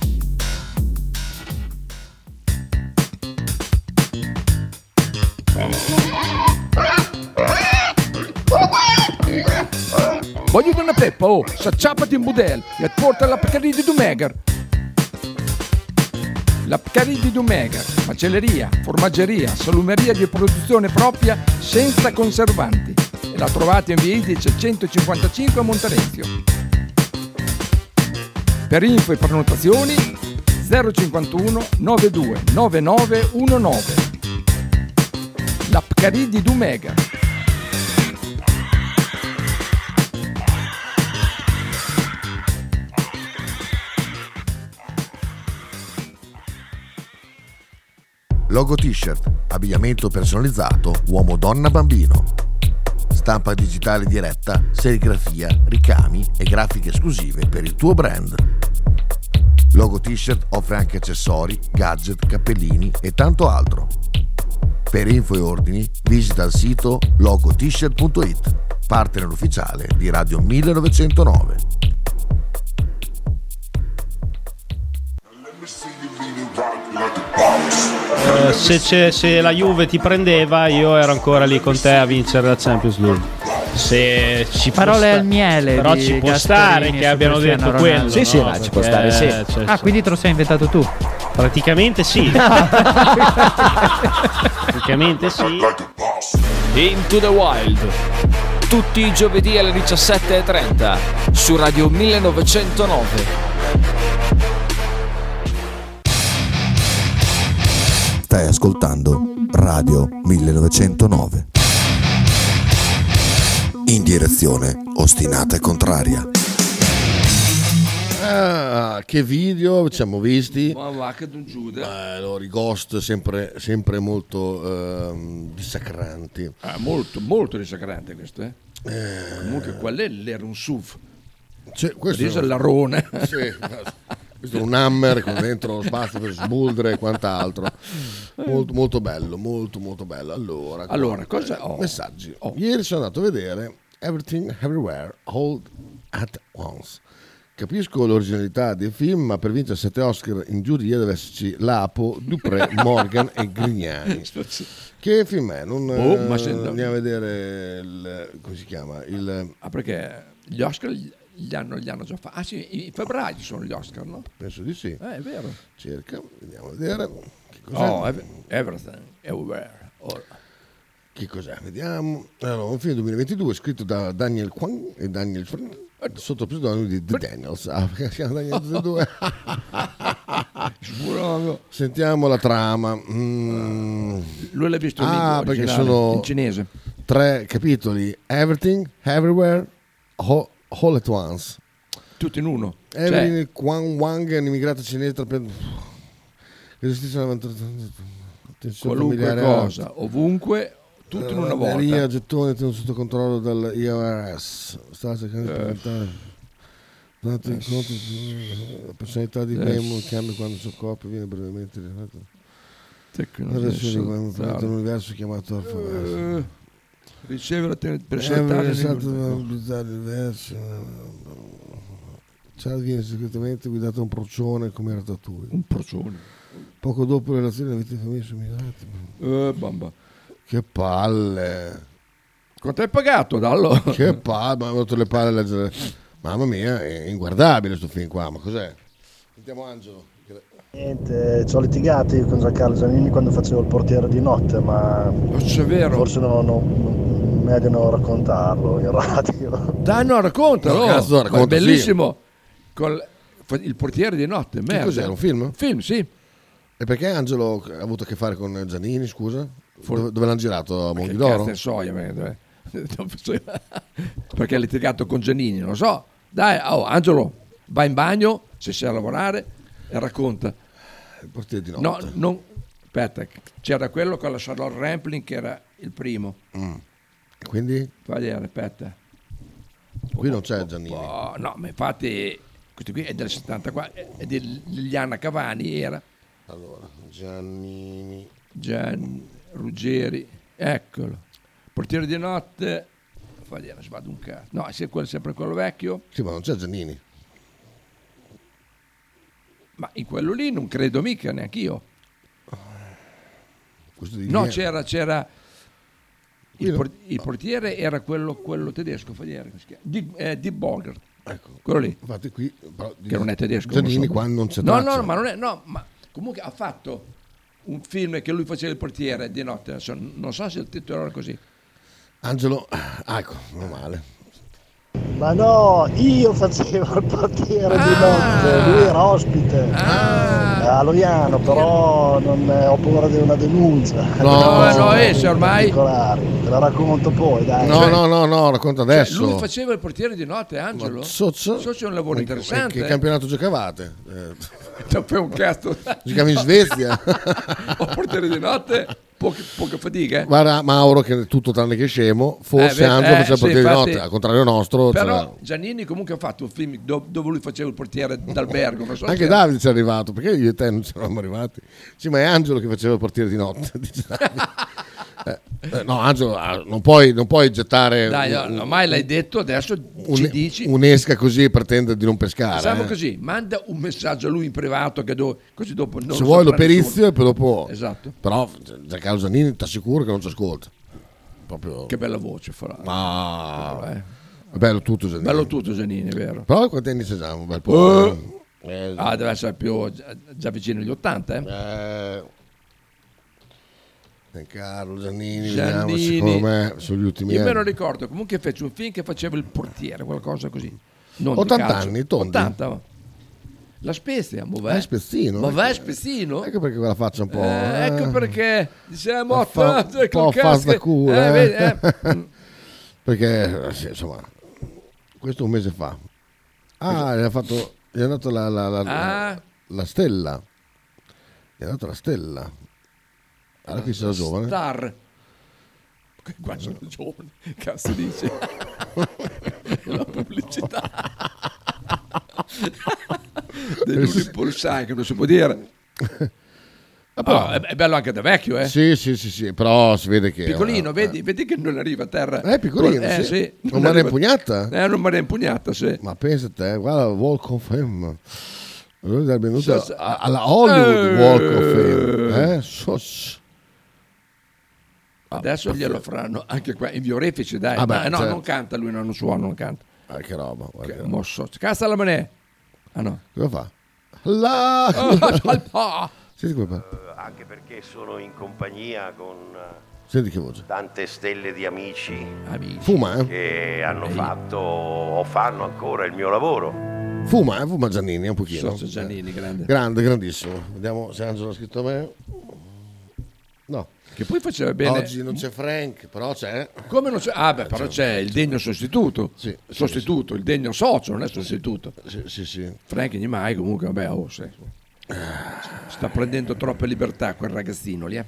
Voglio una peppa, s'acciappati in budel e porta la Pcaridi di Dumegar. La Pcaridi di Dumegar, macelleria, formaggeria, salumeria di produzione propria senza conservanti. E la trovate in via Idice 155 a Monterezio. Per info e prenotazioni 051 92 9919. La Pcaridi di Dumegar. Logo t-shirt, abbigliamento personalizzato, uomo, donna, bambino. Stampa digitale diretta, serigrafia, ricami e grafiche esclusive per il tuo brand. Logo t-shirt offre anche accessori, gadget, cappellini e tanto altro. Per info e ordini visita il sito logotshirt.it, partner ufficiale di Radio 1909. Se la Juve ti prendeva, io ero ancora lì con te a vincere la Champions League. Se ci parole al miele, però di ci può Gasperini stare che abbiano detto Ronaldo. quello. Sì, sì, no? ci può stare, sì. Ah, quindi te lo sei inventato tu? Praticamente sì. Praticamente sì. Into the Wild, tutti i giovedì alle 17:30 su Radio 1909. Stai ascoltando Radio 1909. In direzione ostinata e contraria. Ah, che video ci siamo visti. Ma va che non giuda. I ghost sempre molto dissacranti. Molto dissacrante questo, Comunque qual è l'era un SUV? Questo è l'arrone. Sì, questo è un hammer con dentro spazio per smuldere e quant'altro. Molto bello, molto bello. Allora cosa ho? Messaggi. Ieri sono andato a vedere Everything Everywhere All at Once. Capisco l'originalità del film, ma per vincere 7 Oscar in giuria deve esserci Lapo, Dupré, Morgan e Grignani. Che film è? Andiamo a vedere come si chiama? Perché gli Oscar li hanno già fatti. Ah sì, in febbraio sono gli Oscar, no? Penso di sì. È vero. Circa, andiamo a vedere. Che cos'è? Everything Everywhere. Che cos'è? Vediamo. Allora, un film 2022 scritto da Daniel Kwan e Daniel Fran, sotto il pseudonimo di The Daniels. Perché si chiama Daniel 2. Sentiamo la trama. Lui l'ha visto perché sono in cinese. 3 capitoli. Everything, Everywhere, All at Once. Tutto in uno. Evelyn Kwan Wang è un'immigrata cinese qualunque cosa, ovunque, tutto in una volta. Maria gettone tenuto sotto controllo dal IRS. Sta cercando di presentare dato in conto la personalità di Nemo cambia quando il suo corpo viene brevemente rilevato. Un universo chiamato Alfaverso. Riceve la personalità diverso. Charles viene segretamente guidato da un procione come Ratatouille. Un procione. Poco dopo le relazioni della vita di famiglia sono migliorate. Bamba. Che palle. Quanto hai pagato, Dallo? Che palle, mi ha avuto le palle a leggere. Mamma mia, è inguardabile sto film qua, ma cos'è? Sentiamo Angelo. Niente, ci ho litigato io con Giancarlo Giannini quando facevo il portiere di notte, ma forse non meglio non raccontarlo in radio. Dai, no, raccontalo. Cazzo, è bellissimo. Il portiere di notte, merda. Che cos'era, un film? Film, sì. E perché Angelo ha avuto a che fare con Giannini, scusa? Dove l'hanno girato? A Che Monghidoro? cazzo ne so io, perché ha litigato con Giannini, non lo so. Dai, Angelo, vai in bagno se sei a lavorare e racconta. Il portiere di notte. No, non, aspetta, c'era quello con la Charlotte Rampling che era il primo. Quindi? Vai vedere, aspetta. Qui non c'è Giannini. No, ma infatti questo qui è del 74, è di Liliana Cavani era. Allora, Giannini. Ruggeri, eccolo. Portiere di notte. Fai vedere, sbado un cazzo. No, se quello sempre quello vecchio. Sì, ma non c'è Giannini. Ma in quello lì non credo mica, neanche io. No, c'era il portiere era quello tedesco, fai vedere, di Bogert. Ecco, quello lì. Infatti qui che non è tedesco. Giannini qua non c'è no, traccia. no, ma non è, no, ma comunque ha fatto un film che lui faceva il portiere di notte, non so se il titolo era così. Angelo, ecco, non male. Ma no, io facevo il portiere di notte, lui era ospite a Loiano, però non ho paura di una denuncia. No, se ormai te la racconto poi, dai. No, racconta adesso. Cioè, lui faceva il portiere di notte, Angelo. So c'è un lavoro interessante. Che campionato giocavate? Dopo un cazzo. Giocava in Svezia. O portiere di notte, poche fatiche. Guarda Mauro che è tutto tranne che scemo, forse Angelo faceva il portiere di notte, al contrario nostro. Però Giannini comunque ha fatto un film dove lui faceva il portiere d'albergo. Non so anche Davide ci è arrivato, perché io e te non ci eravamo arrivati. Sì, ma è Angelo che faceva il portiere di notte. No, Angelo, non puoi gettare. Dai, ormai l'hai detto, adesso ci dici. Un'esca così e pretende di non pescare. Facciamo così, manda un messaggio a lui in privato che così dopo non se vuoi lo perizio e poi dopo. Esatto. Però Giancarlo Giannini ti assicuro che non ci ascolta. Proprio. Che bella voce farà. È bello tutto Giannini. Bello tutto Giannini, è vero. Però quanti anni c'è già? Un bel po'. Deve essere più già vicino agli 80, Carlo Giannini, vediamo, secondo me sugli ultimi io anni. me lo ricordo, comunque fece un film che faceva il portiere, qualcosa così. Non 80 anni, tondi. 80. La Spezia, ma vai Spezzino. Ma vai Spezzino? Ecco perché quella faccia un po'. Ecco perché diciamo un po' faz da culo. Perché insomma, questo un mese fa. Gli ha dato la stella. Gli ha dato la stella. Allora qui sei giovane. Star. Qua sono giovane. Cazzo dice? La pubblicità. Dell'Unipolsai che non si può dire. È bello anche da vecchio, eh? Sì, però si vede che piccolino, vedi che non arriva a terra. È piccolino, sì. Non me l'ha impugnata? Non me l'ha impugnata, sì. Ma pensa te, guarda, Walk of Fame. Allora sarebbe venuto alla Hollywood Walk of Fame. Adesso glielo faranno anche qua in Via Orefice, dai. Certo. Non canta lui, non suona, non canta. Che roba. Mosso. Cazzo la manè. No. Cosa fa? Senti come fa. Anche perché sono in compagnia con senti che voce. Tante stelle di amici. Fuma, che hanno fatto o fanno ancora il mio lavoro. Fuma Giannini un pochino. Socio Giannini, grande. Grandissimo. Vediamo se Angelo ha scritto a me. No. Che poi faceva bene. Oggi non c'è Frank, però c'è. Come non c'è? Però c'è il degno sostituto. Sì, sostituto, il degno socio, non è sostituto. Sì. Frank mai comunque, sta prendendo troppe libertà quel ragazzino lì,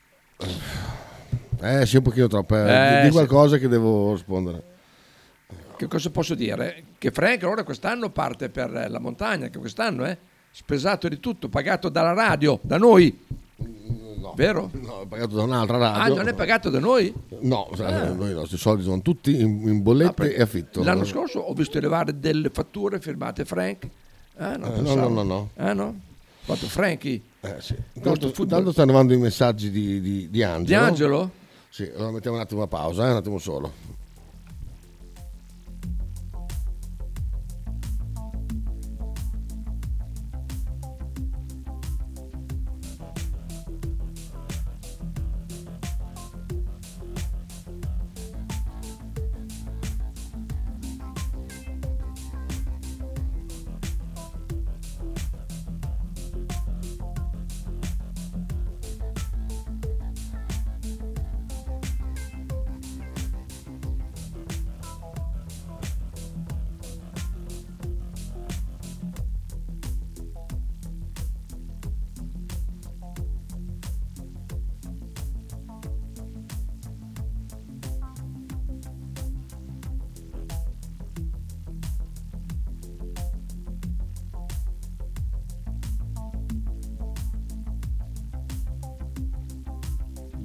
sì, un pochino troppo. Di qualcosa che devo rispondere. Che cosa posso dire? Che Frank allora quest'anno parte per la montagna, che quest'anno spesato di tutto, pagato dalla radio, da noi. No, vero? No, è pagato da un'altra radio. Non è pagato da noi? No, noi i nostri soldi sono tutti in bollette e affitto. L'anno scorso ho visto arrivare delle fatture firmate Frank. No. No? Fatto Frankie. Sì. Tanto stanno arrivando i messaggi di Angelo. Di Angelo? Sì, allora mettiamo un attimo a pausa, un attimo solo.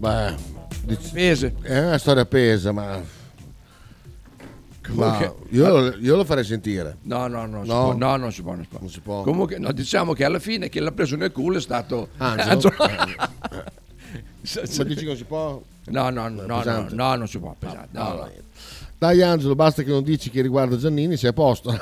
Pese. È una storia pesa, ma io lo farei sentire. No, non si può. Comunque, no, diciamo che alla fine chi l'ha preso nel culo è stato Angelo. Ma dici che non si può? No, non si può. Pesante. No. Dai Angelo, basta che non dici che riguarda Giannini, sei a posto.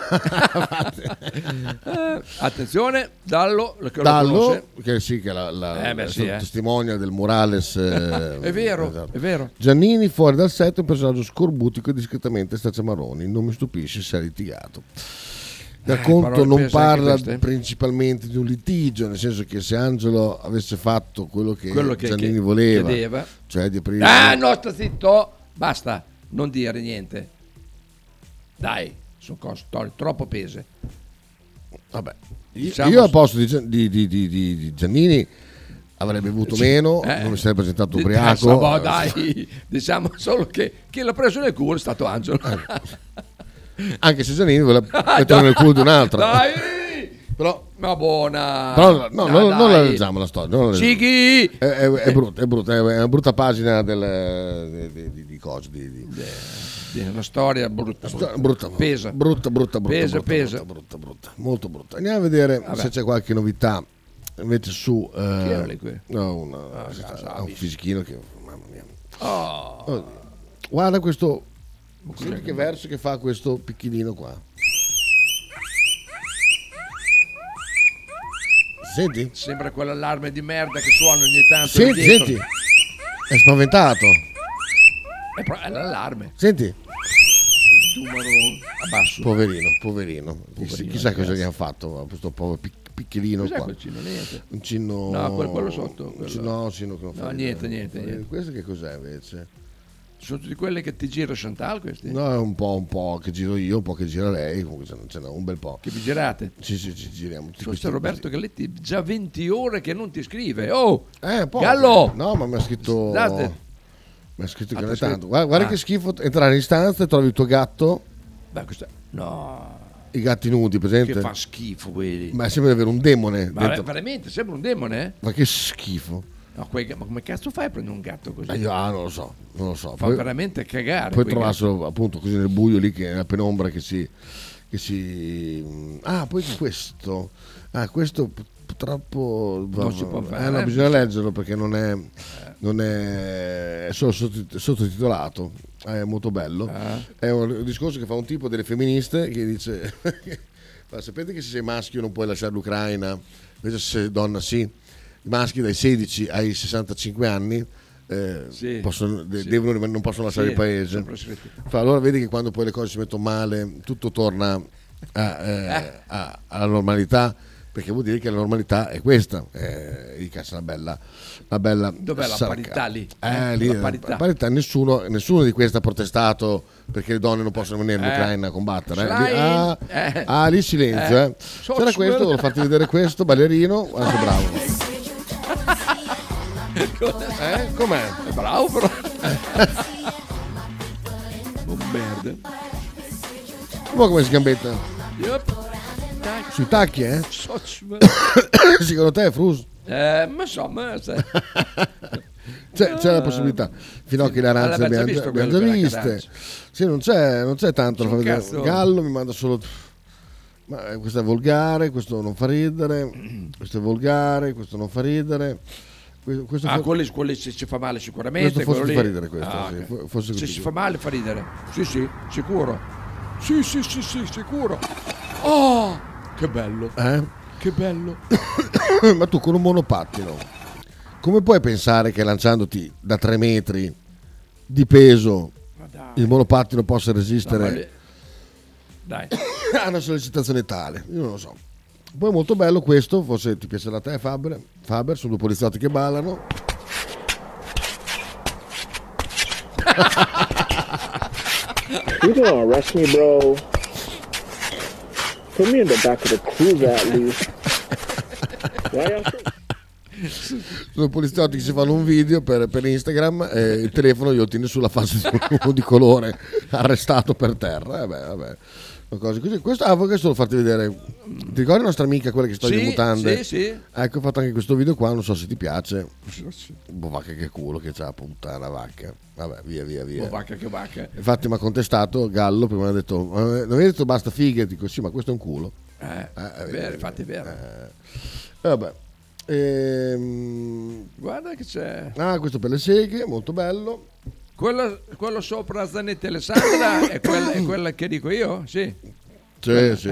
Attenzione, Dallo, che sì, che è testimonia del Murales. È vero, esatto. È vero. Giannini fuori dal set è un personaggio scorbutico e discretamente stacciamarroni, non mi stupisce se ha litigato. Il racconto non parla principalmente di un litigio, nel senso che se Angelo avesse fatto quello che Giannini voleva, cioè di aprire... no, sta zitto, basta. Non dire niente. Dai, sono cose troppo pese. Vabbè, io al posto di Giannini avrei bevuto meno, non mi sarei presentato ubriaco. Dai, diciamo solo che chi l'ha preso nel culo è stato Angelo. Anche se Giannini voleva mettere nel culo di un altro. Dai! Però, ma buona. Però non la leggiamo la storia. Cighi! È brutta, è una brutta pagina di cose. È una storia brutta. Pesa. Brutta. Pesa. Molto brutta. Andiamo a vedere se c'è qualche novità invece su. Chi era lì qui? No, un fisichino che. Mamma mia. Guarda questo. Senti che verso che fa questo picchino qua. Senti? Sembra quell'allarme di merda che suona ogni tanto. Senti. È spaventato. È l'allarme. Senti. Il numero abbasso. Poverino. Chissà cosa gli hanno fatto a questo povero piccolino. Cos'è qua. quel cino? Niente. Un cino. No, quello sotto. No, niente. Questo che cos'è invece? Sono tutti quelli che ti gira Chantal questi? No, è un po' che giro io, un po' che gira lei, comunque ce n'è un bel po'. Che vi girate? Sì, ci giriamo. Questo è Roberto Galletti, già 20 ore che non ti scrive. Gallo! No, ma mi ha scritto... Mi ha scritto che non è tanto. Guarda che schifo entrare in stanza e trovi il tuo gatto. Beh, questo... No. I gatti nudi, presente? Che fa schifo quelli. Ma sembra di avere un demone. Ma veramente, sembra un demone? Ma che schifo. No, ma come cazzo fai a prendere un gatto così? Io non lo so. Fa veramente cagare. Puoi trovarselo appunto così nel buio lì, che nella penombra che si... poi questo purtroppo non si può fare. No, bisogna leggerlo perché non è solo sottotitolato, è molto bello. È un discorso che fa un tipo delle femministe che dice sapete che se sei maschio non puoi lasciare l'Ucraina, invece se sei donna sì. I maschi dai 16 ai 65 anni non possono lasciare il paese. Allora vedi che quando poi le cose si mettono male tutto torna alla normalità, perché vuol dire che la normalità è questa. Gli cazzo una bella dov'è la parità lì? La parità. Nessuno di questi ha protestato perché le donne non possono venire in Ucraina a combattere. Lì silenzio. C'era questo, volevo farti vedere questo ballerino, guarda che bravo. Com'è? È bravo però. Merda. Ma come si gambetta? Sui tacchi, Secondo te è frus? Ma insomma c'è la possibilità. Finocchi e l'Aranza abbiamo già viste. Sì, non c'è tanto da far vedere. Gallo mi manda solo... Ma questo è volgare, questo non fa ridere. Questo è volgare, questo non fa ridere. Quelli se ci fa male sicuramente. Questo forse fa ridere questo. Okay. Se si fa male fa ridere. Sì, sicuro. Sì, sicuro. Oh, che bello. Che bello. Ma tu con un monopattino, come puoi pensare che lanciandoti da 3 metri di peso il monopattino possa resistere a una sollecitazione tale? Io non lo so. Poi è molto bello questo, forse ti piacerà a te Faber, sono 2 poliziotti che ballano. You gonna arrest me, bro? Put me in the back of the cruiser at least. Sono poliziotti che si fanno un video per Instagram e il telefono glielo tiene sulla faccia di uno di colore arrestato per terra. Vabbè. cose così. Questo volevo farti vedere. Ti ricordi la nostra amica, quella che sta in mutande? Sì. Ecco, ho fatto anche questo video qua, non so se ti piace. Vacca che culo che c'ha, puttana vacca. Vabbè, via. Vacca che vacca. Infatti mi ha contestato Gallo, prima mi ha detto, non avevi detto basta fighe? Dico sì, ma questo è un culo. È vero, infatti è vero. Vabbè. Guarda che c'è. Questo per le seghe, molto bello. Quello sopra Zanetti Alessandra è quella che dico io? Sì. Sì,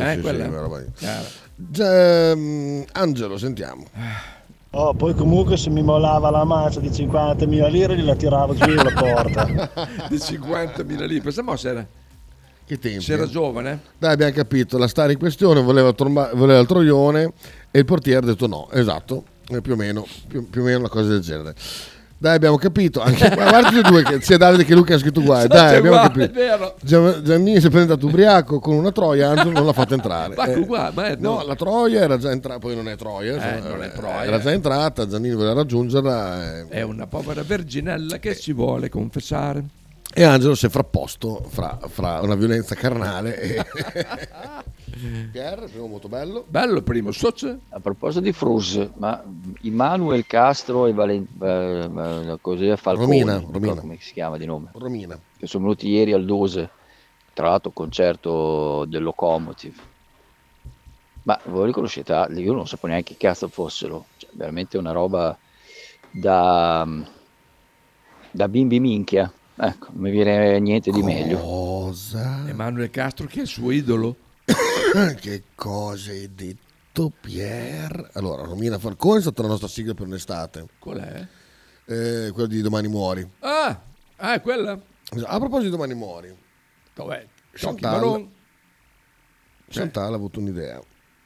Angelo, sentiamo. Poi comunque se mi mollava la mancia di 50.000 lire gliela tiravo giù la porta. Di 50.000 lire, pensiamo se era. Che tempi? Se era giovane? Dai, abbiamo capito, la star in questione voleva il troione e il portiere ha detto no, esatto, più o meno una cosa del genere. Dai, abbiamo capito. Anche, guarda tutti e due, che sia Davide che Luca ha scritto uguale. Dai, abbiamo capito. È vero. Giannini si è presentato ubriaco con una troia, Angelo non l'ha fatto entrare. No, la troia era già entrata, poi non è troia, non è troia. Era già entrata, Giannini voleva raggiungerla. È una povera verginella che si vuole confessare. E Angelo si è frapposto fra una violenza carnale e Pierre, il primo molto bello. Bello il primo, A proposito di Frus, ma Immanuel Castro e così Falcone, Romina. Come si chiama di nome? Romina. Che sono venuti ieri al Dose, tra l'altro concerto del Locomotive. Ma voi li conoscete? Io non sapevo neanche che cazzo fossero, cioè, veramente una roba da bimbi minchia. Ecco, non mi viene niente di meglio. Cosa? Emanuele Castro che è il suo idolo. Che cosa hai detto, Pier? Allora, Romina Falcone è stata la nostra sigla per un'estate. Qual è? Quella di Domani Muori. È quella? A proposito di Domani Muori. Dov'è? Chantal ha avuto un'idea.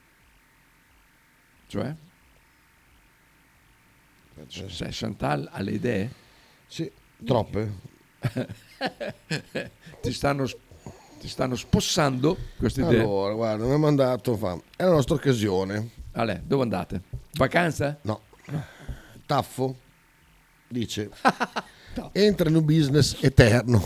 Cioè? Se Chantal ha le idee? Sì, troppe. Ti stanno spossando queste idee. Allora, guarda, mi ha mandato è la nostra occasione. Dove andate? Vacanza? No. Taffo dice entra in un business eterno.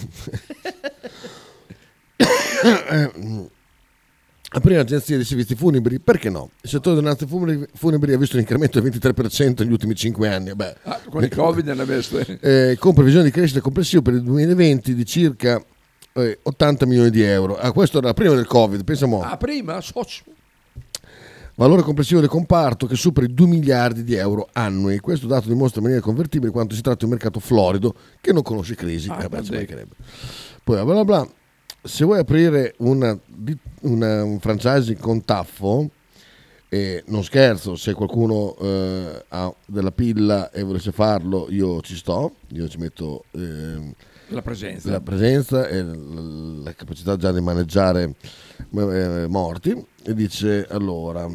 Aprire un'agenzia di servizi funebri, perché no? Il settore delle danze funebri ha visto un incremento del 23% negli ultimi 5 anni. Con il Covid ne ha visto. Con previsione di crescita complessiva per il 2020 di circa 80 milioni di euro. Questo era prima del Covid, pensiamo. Prima? Valore complessivo del comparto che supera i 2 miliardi di euro annui. Questo dato dimostra in maniera convertibile quanto si tratta di un mercato florido che non conosce crisi. Poi bla bla. Se vuoi aprire un franchising con Taffo, non scherzo, se qualcuno ha della pilla e volesse farlo, io ci metto la presenza e la capacità già di maneggiare morti. E dice allora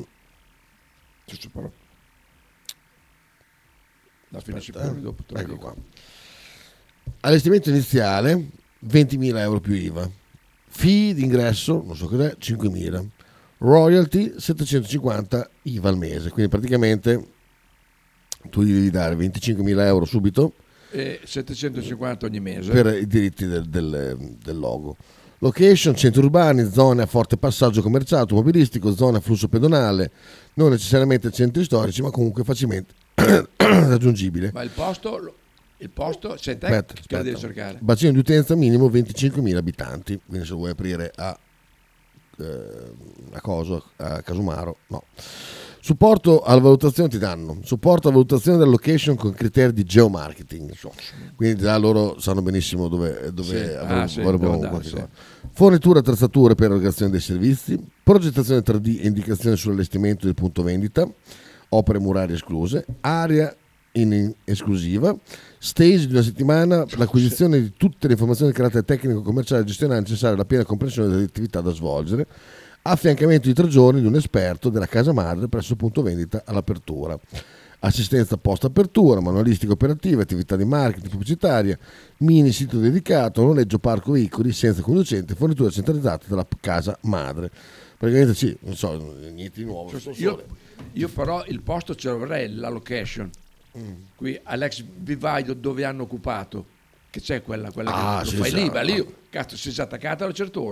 la finisci pure dopo. Ecco qua. Allestimento iniziale 20.000 euro più IVA. Fee d'ingresso, non so cos'è, 5.000. Royalty 750 IVA al mese. Quindi praticamente tu gli devi dare 25.000 euro subito e 750 ogni mese per i diritti del logo. Location, centri urbani, zone a forte passaggio commerciale, automobilistico, zone a flusso pedonale, non necessariamente centri storici, ma comunque facilmente raggiungibile. Ma il posto c'è te che la devi cercare. Bacino di utenza minimo 25.000 abitanti, quindi se vuoi aprire a Casumaro, no. Supporto alla valutazione ti danno supporto alla valutazione della location con criteri di geomarketing, quindi già loro sanno benissimo dove avrebbero qualche cosa. Fornitura attrezzature per erogazione dei servizi, progettazione 3D e indicazione sull'allestimento del punto vendita, opere murarie escluse, area in esclusiva, stage di una settimana, l'acquisizione di tutte le informazioni di carattere tecnico, commerciale e gestionale necessarie alla piena comprensione delle attività da svolgere, affiancamento di 3 giorni di un esperto della casa madre presso il punto vendita all'apertura, assistenza post apertura, manualistica operativa, attività di marketing pubblicitaria, mini sito dedicato, noleggio parco veicoli senza conducente, fornitura centralizzata della casa madre. Praticamente sì, non so, niente di nuovo. Io però il posto ce l'avrei, la location. Qui all'ex vivaio dove hanno occupato, che c'è quella che lo fai lì, io cazzo, si è attaccata alla Certosa.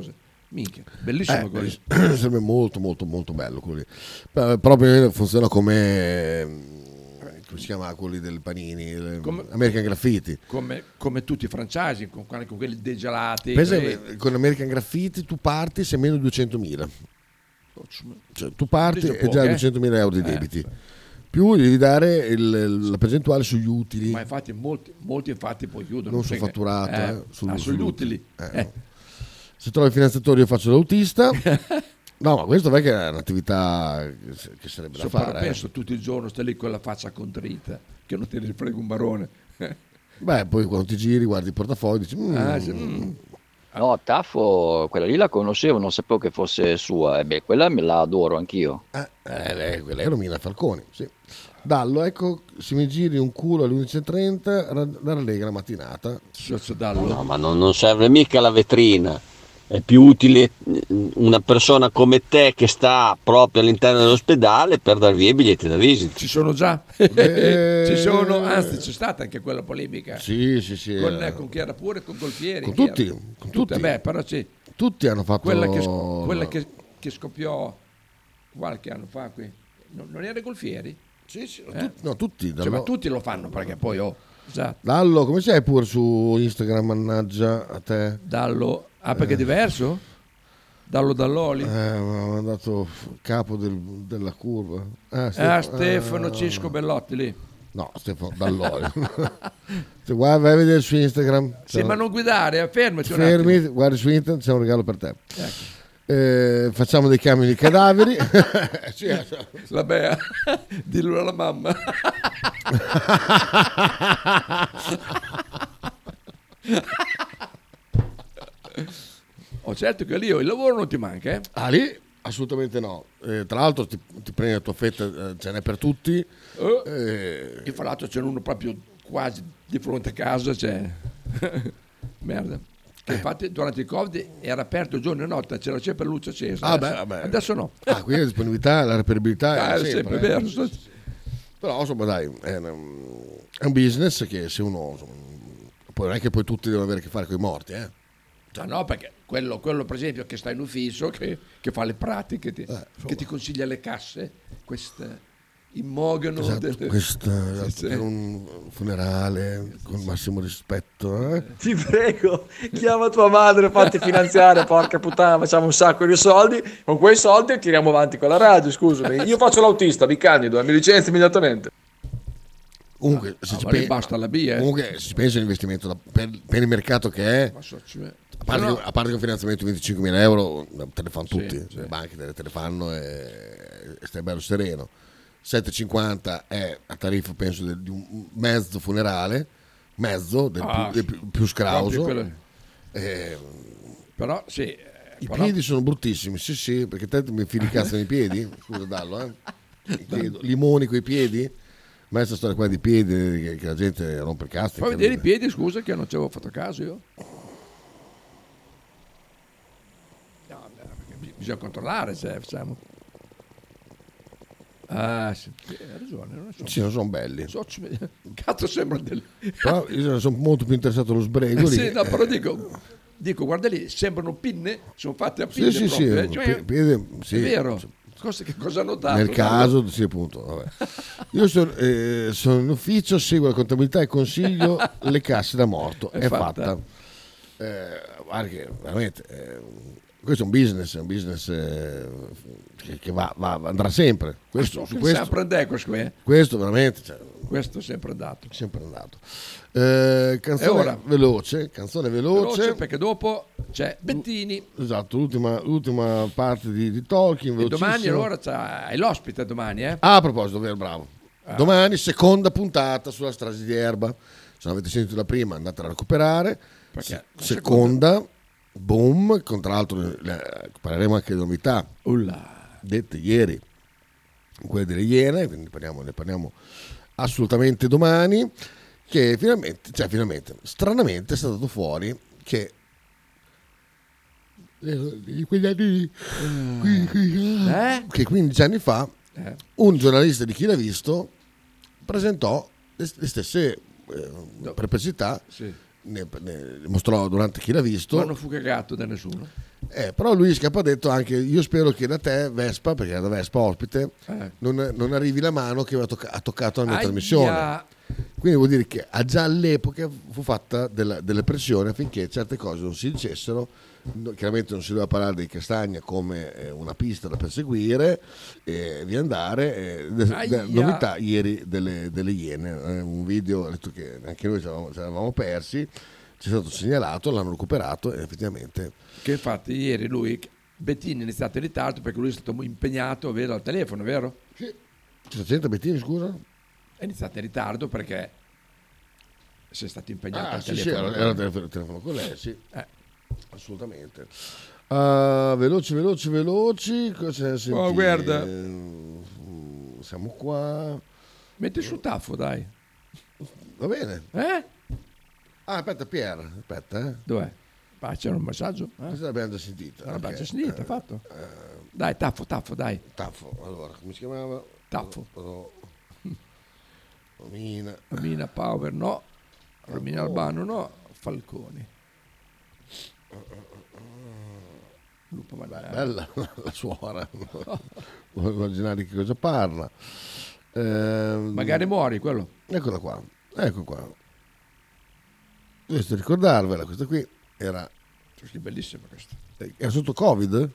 Minchia, bellissimo quello. Sarebbe molto molto molto bello quello lì. Proprio funziona come si chiama quelli del Panini, American Graffiti. Come tutti i franchising, con quelli dei gelati. Con American Graffiti tu parti se meno 200.000. Cioè, tu parti e già 200.000 euro di debiti. Più devi dare la percentuale sugli utili. Ma infatti molti infatti poi chiudono. Non sul fatturato, sugli utili. Se trovi il finanziatore io faccio l'autista. No, ma questo è che è un'attività che sarebbe da fare. Penso tutti il giorno stai lì con la faccia contrita, che non ti frega un barone. Beh, poi quando ti giri, guardi il portafoglio, dici... No, Taffo, quella lì la conoscevo, non sapevo che fosse sua. Quella me la adoro anch'io. Quella è Romina Falconi, sì. Dallo, ecco, se mi giri un culo alle 11.30, rallega la mattinata. No, ma non serve mica la vetrina. È più utile una persona come te che sta proprio all'interno dell'ospedale per dar via i biglietti da visita. Ci sono già. Ci sono, anzi c'è stata anche quella polemica. Sì. Con chi era pure, con Golfieri. Con tutti. Beh, però sì. Tutti hanno fatto... Quella che scoppiò qualche anno fa qui. Non era Golfieri? Sì. No, tutti. Ma tutti lo fanno perché poi esatto. Dallo, come sei pure su Instagram, mannaggia a te? Dallo... Ah, perché è diverso? Dall'Oli? Mi ha mandato capo della curva. Stefano Cisco Bellotti lì. No, Stefano Dall'Oli. Vai a vedere su Instagram. Sì, ma non guidare, fermati un attimo. Fermi, guardi su internet, c'è un regalo per te. Ecco. Facciamo dei camion di cadaveri. La Bea, dillo alla mamma. Certo che lì il lavoro non ti manca, eh? Ah, lì assolutamente no. Tra l'altro ti prendi la tua fetta, ce n'è per tutti. Che fra l'altro c'è uno proprio quasi di fronte a casa, merda. Che infatti durante il Covid era aperto giorno e notte, c'era sempre la luce accesa. Adesso no. Quindi la disponibilità, la reperibilità è sempre vero. Però insomma dai, è un business che se uno poi non è che poi tutti devono avere a che fare con i morti, No, perché quello per esempio che sta in ufficio, che fa le pratiche, che ti consiglia le casse, queste immogano. Per un funerale, con il massimo rispetto. Ti prego, chiama tua madre, fatti finanziare, porca puttana, facciamo un sacco di soldi, con quei soldi tiriamo avanti con la radio, scusami. Io faccio l'autista, mi candido, mi licenzi immediatamente. Comunque, basta la BIA. Comunque si pensa all'investimento per il mercato che è. A parte che un finanziamento di 25.000 euro te ne fanno tutti, le banche te ne fanno e stai bello sereno. 7,50 è a tariffa penso di un mezzo funerale, del più scrauso. Però sì. Piedi sono bruttissimi, sì, perché te mi fili cazzo nei piedi, scusa Dallo, limoni coi piedi. Ma questa storia qua di piedi che la gente rompe il cazzo. Fai vedere i piedi, scusa, che non ci avevo fatto caso io. No, bisogna controllare se facciamo. Sì, hai ragione. Non sono belli. Cazzo sembra del... Però io sono molto più interessato allo sbrego lì. Sì, no, però dico, guarda lì, sembrano pinne, sono fatte a pinne proprio. Piede, sì. È vero. Che cosa hanno dato? Nel caso, sì, appunto. Vabbè. Io sono in ufficio, seguo la contabilità e consiglio le casse da morto. È fatta. Guarda che veramente questo è un business che andrà sempre. Questo veramente. Questo è sempre andato. Canzone veloce. Perché dopo c'è Bettini. Esatto, l'ultima parte di Talking. E domani allora hai l'ospite domani, a proposito, vero, bravo. Domani seconda puntata sulla strage di Erba. Se non avete sentito la prima andate a recuperare. Seconda, boom, tra l'altro parleremo anche di novità dette ieri, quelle delle Iene, quindi ne parliamo assolutamente domani, che finalmente, stranamente è stato dato fuori che quegli anni che 15 anni fa un giornalista di Chi l'ha visto presentò le stesse perplessità, ne mostrò durante Chi l'ha visto, ma non fu cagato da nessuno, Però lui Scappa ha detto anche: io spero che da te, Vespa, perché era da Vespa ospite, non arrivi la mano che ha toccato la mia trasmissione. Quindi vuol dire che già all'epoca fu fatta delle pressioni affinché certe cose non si dicessero. Chiaramente non si doveva parlare di Castagna come una pista da perseguire e di andare. Novità ieri delle Iene, un video che anche noi ci eravamo persi, ci è stato segnalato, l'hanno recuperato e effettivamente. Che infatti ieri Bettini è iniziato in ritardo perché lui è stato impegnato, vero, al telefono, vero? Sì. C'è gente Bettini, scusa? È iniziato in ritardo perché sei stato impegnato al sì, telefono. Sì, era il telefono con lei, sì. Assolutamente. Veloci. Cosa oh, guarda. Siamo qua. Metti su Taffo, dai. Va bene. Aspetta, Pier. Aspetta. Dov'è? C'era un massaggio? Questa l'abbiamo già sentita. L'abbiamo già sentita, fatto. Dai, Taffo, dai. Taffo, allora, come si chiamava? Taffo. Romina Power, no. Romina Albano, no. Falconi. Lupo bella la suora. Non immaginare che cosa parla. Magari muori quello. Eccola qua. Ecco qua. Dovreste ricordarvela, questa qui era bellissima questa. Era sotto Covid?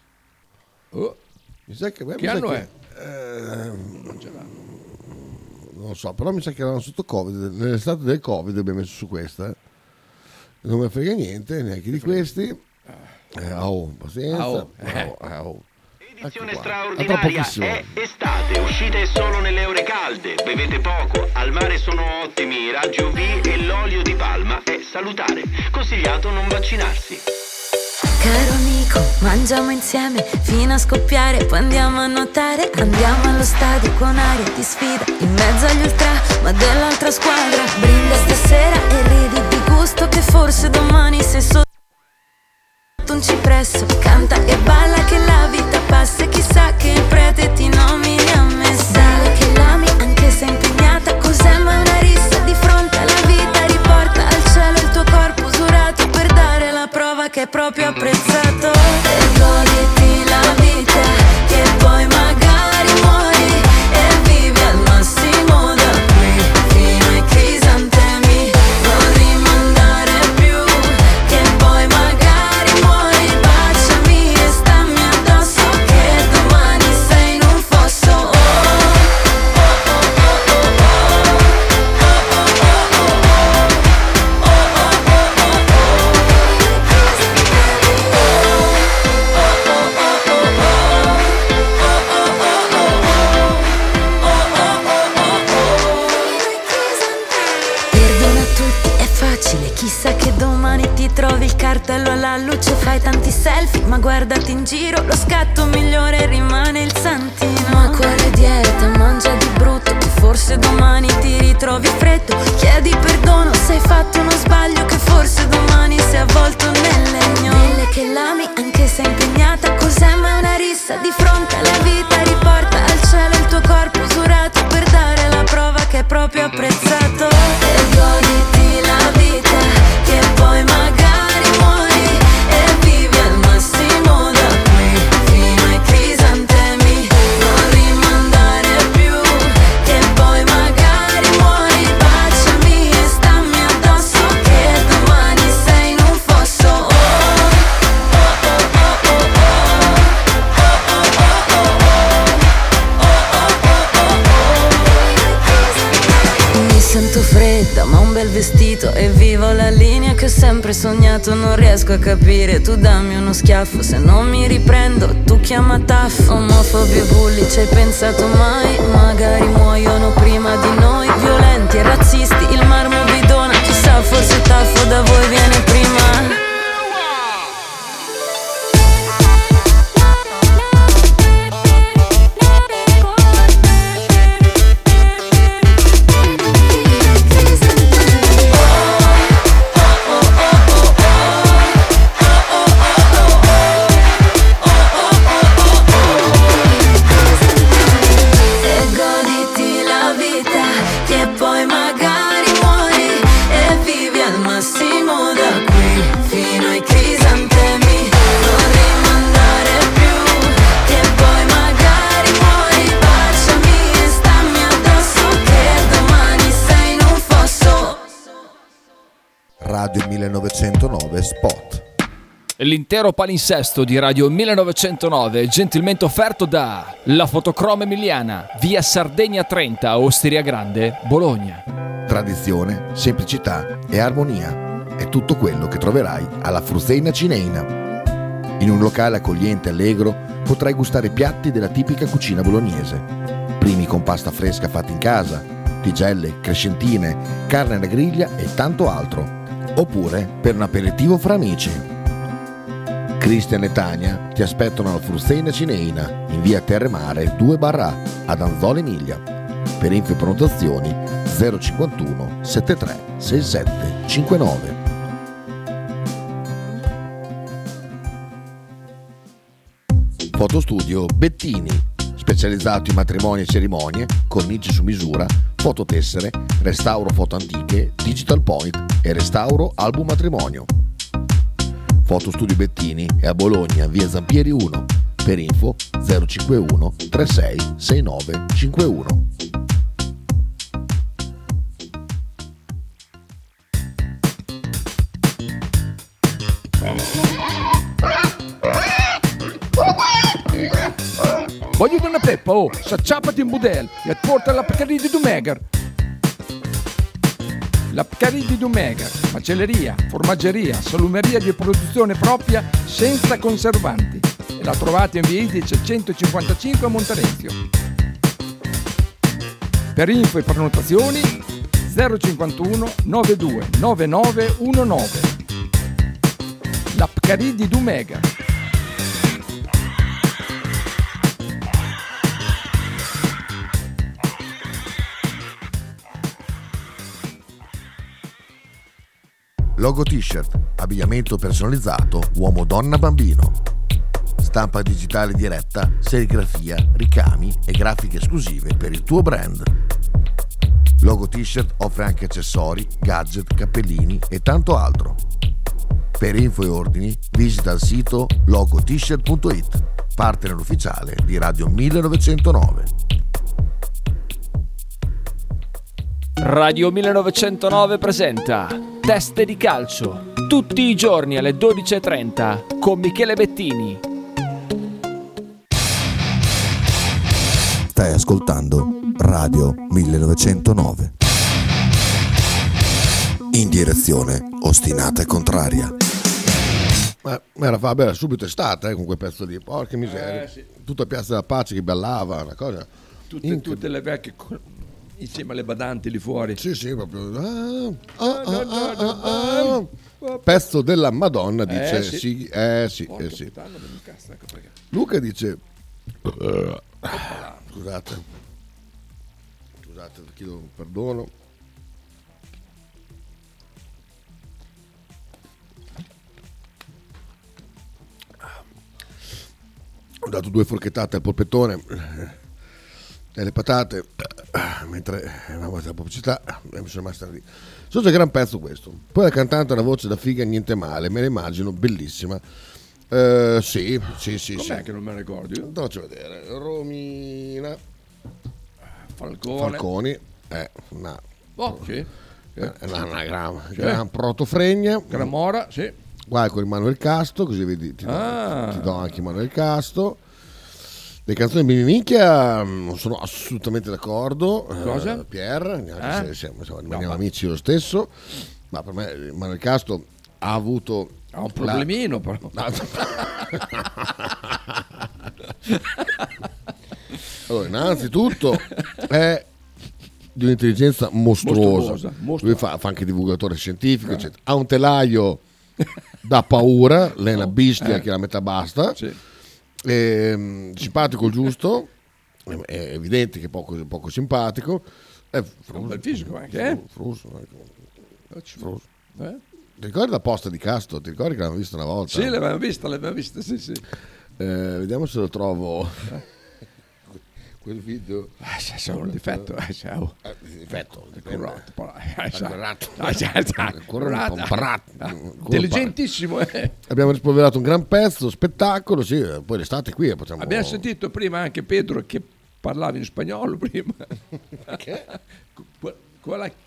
Mi sa che anno è? Non ce l'ha. Non lo so, però mi sa che erano sotto Covid. Nell'estate del Covid abbiamo messo su questa. Non me frega niente, neanche di questi. Pazienza. Edizione straordinaria è estate, uscite solo nelle ore calde, bevete poco, al mare sono ottimi i raggi UV e l'olio di palma è salutare. Consigliato non vaccinarsi. Caro amico, mangiamo insieme fino a scoppiare, poi andiamo a nuotare, andiamo allo stadio con aria di sfida, in mezzo agli ultra, ma dell'altra squadra. Brinda stasera e ridi di gusto che forse domani sei sotto un cipresso. Canta e balla che la vita passa e chissà che il prete ti nomini a messale. Che l'ami anche se impegnata, cos'è ma una rissa di fronte alla vita. Riporta al cielo il tuo corpo usurato per dare la prova che è proprio apprezzato. E goditi la vita che poi magari muori e vivi al massimo da qui fino ai crisantemi. Non rimandare più che poi magari muori. Baciami e stammi addosso che domani sei in un fosso. Perdona a tutti, è facile, chissà che domani ti trovi il cartello alla luce, fai tanti selfie, ma guardati in giro, lo scatto migliore rimane il santino. Ma quale dieta, mangia di brutto, che forse domani ti ritrovi freddo. Chiedi perdono se hai fatto uno sbaglio, che forse domani sei avvolto nel legno. Mille che l'ami anche se impegnata, cos'è ma una rissa di fronte alla vita. Riporta al cielo il tuo corpo usurato per dare la prova che è proprio apprezzato. E goditi la vita che poi magari muori e vivi al massimo da qui fino ai crisantemi. Non rimandare più che poi magari muori. Baciami e stammi addosso che domani sei in un fosso. Mi sento fredda ma un bel vestito e vivo la linea che ho sempre sognato. Non riesco a capire, tu dammi uno schiaffo, se non mi riprendo tu chiama Taff. Omofobi e bulli, ci hai pensato mai? Magari muoiono prima di noi. Violenti e razzisti, il marmo vi dona. Chissà, forse Taffo da voi viene prima. E goditi la vita che poi magari Radio 1909 Spot. L'intero palinsesto di Radio 1909 è gentilmente offerto da La Fotocroma Emiliana, via Sardegna 30, Osteria Grande, Bologna. Tradizione, semplicità e armonia è tutto quello che troverai alla Fruzeina Cineina. In un locale accogliente e allegro potrai gustare piatti della tipica cucina bolognese. Primi con pasta fresca fatta in casa, tigelle, crescentine, carne alla griglia e tanto altro. Oppure per un aperitivo fra amici. Cristian e Tania ti aspettano alla Fruzeina Cineina in via Terremare 2/A ad Anzola Emilia. Per info e prenotazioni 051 73 67 59. Fotostudio Bettini, specializzato in matrimoni e cerimonie, cornici su misura, fototessere, restauro foto antiche, digital point e restauro album matrimonio. Fotostudio Bettini è a Bologna, via Zampieri 1. Per info 051 36 69 51. Voglio una peppa, s'acciappati in budel e porta la Pcaridi di Dumegar. La Pcaridi di Dumegar, macelleria, formaggeria, salumeria di produzione propria senza conservanti. E la trovate in via Idice 155 a Monterezio. Per info e prenotazioni 051 92 9919. La Pcaridi di Dumegar. Logo t-shirt, abbigliamento personalizzato uomo, donna, bambino. Stampa digitale diretta, serigrafia, ricami e grafiche esclusive per il tuo brand. Logo t-shirt offre anche accessori, gadget, cappellini e tanto altro. Per info e ordini visita il sito logotshirt.it, partner ufficiale di Radio 1909. Radio 1909 presenta Teste di calcio, tutti i giorni alle 12:30 con Michele Bettini. Stai ascoltando Radio 1909. In direzione ostinata e contraria. Era subito estate con quel pezzo lì, porca miseria. Sì. Tutta Piazza della Pace che ballava, una cosa. Tutte le vecchie insieme alle badanti lì fuori. Sì, proprio. Pezzo della Madonna, dice. Sì. Luca dice. Scusate, chiedo perdono. Ho dato 2 forchettate al polpettone e le patate mentre eravamo alla pubblicità mi sono rimasta lì. So che è gran pezzo questo. Poi la cantante ha una voce da figa niente male, me la immagino bellissima. Sì. Com'è che non me la ricordi? Te lo faccio vedere. Romina Falconi. È una gran protofregna. Gramora, sì. Guarda con il Manuel Casto, così vedi, ti do anche Manuel Casto. Le canzoni di Minchia non sono assolutamente d'accordo. Cosa? Pier, rimaniamo amici lo stesso, ma per me Manuel Casto ha avuto un problemino però. Allora, innanzitutto è di un'intelligenza mostruosa. Lui fa anche divulgatore scientifico, eccetera. Ha un telaio da paura, lei è una bestia che la metà basta. Sì. Simpatico il giusto, è evidente che è poco simpatico. Un bel fisico anche, Fruso. Ti ricordi la posta di Casto? Ti ricordi che l'abbiamo vista una volta? Sì, l'abbiamo vista, sì. Vediamo se lo trovo. Quel video c'è un difetto. Intelligentissimo. Abbiamo rispolverato un gran pezzo, spettacolo, sì, poi l'estate qui abbiamo sentito prima anche Pedro che parlava in spagnolo prima. Che?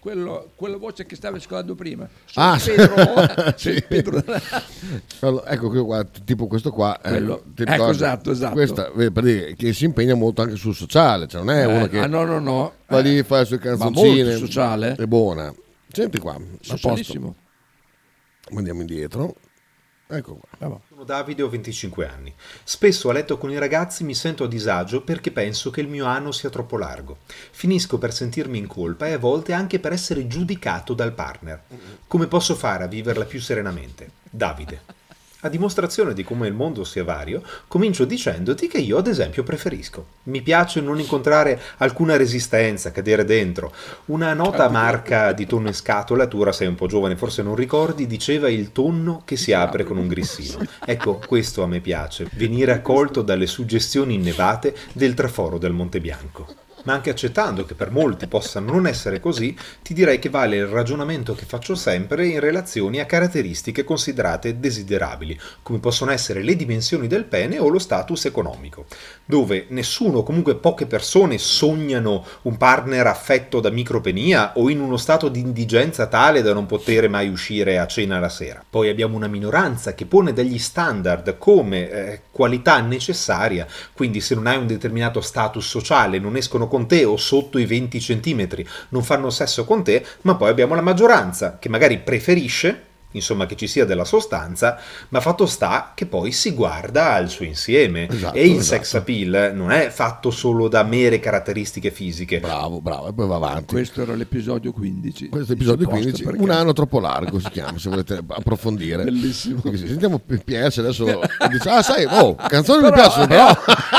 quella voce che stavi ascoltando prima. Pedro. Sì. Pedro. Allora, ecco qua, tipo questo qua. Ti ricordi? Esatto. Questa, per dire, che si impegna molto anche sul sociale, cioè non è uno che no. va lì, fa le sue canzoncine. Ma molto sociale. È buona. Senti qua, socialissimo. Andiamo indietro. Ecco qua. Sono Davide, ho 25 anni. Spesso a letto con i ragazzi mi sento a disagio perché penso che il mio ano sia troppo largo. Finisco per sentirmi in colpa e a volte anche per essere giudicato dal partner. Come posso fare a viverla più serenamente? Davide. A dimostrazione di come il mondo sia vario, comincio dicendoti che io ad esempio preferisco. Mi piace non incontrare alcuna resistenza, cadere dentro. Una nota marca di tonno in scatola, tu ora sei un po' giovane, forse non ricordi, diceva il tonno che si apre con un grissino. Ecco, questo a me piace, venire accolto dalle suggestioni innevate del traforo del Monte Bianco. Ma anche accettando che per molti possa non essere così, ti direi che vale il ragionamento che faccio sempre in relazione a caratteristiche considerate desiderabili, come possono essere le dimensioni del pene o lo status economico, dove nessuno, comunque poche persone, sognano un partner affetto da micropenia o in uno stato di indigenza tale da non poter mai uscire a cena la sera. Poi abbiamo una minoranza che pone degli standard come qualità necessaria, quindi se non hai un determinato status sociale non escono con te o sotto i 20 centimetri non fanno sesso con te, ma poi abbiamo la maggioranza che magari preferisce, insomma che ci sia della sostanza, ma fatto sta che poi si guarda al suo insieme. E il sex appeal non è fatto solo da mere caratteristiche fisiche. Bravo, e poi va avanti. Questo era l'episodio 15. Questo è l'episodio 15, un anno troppo largo si chiama, se volete approfondire. Bellissimo. Sentiamo PS adesso, dice, sai, canzoni mi piacciono però.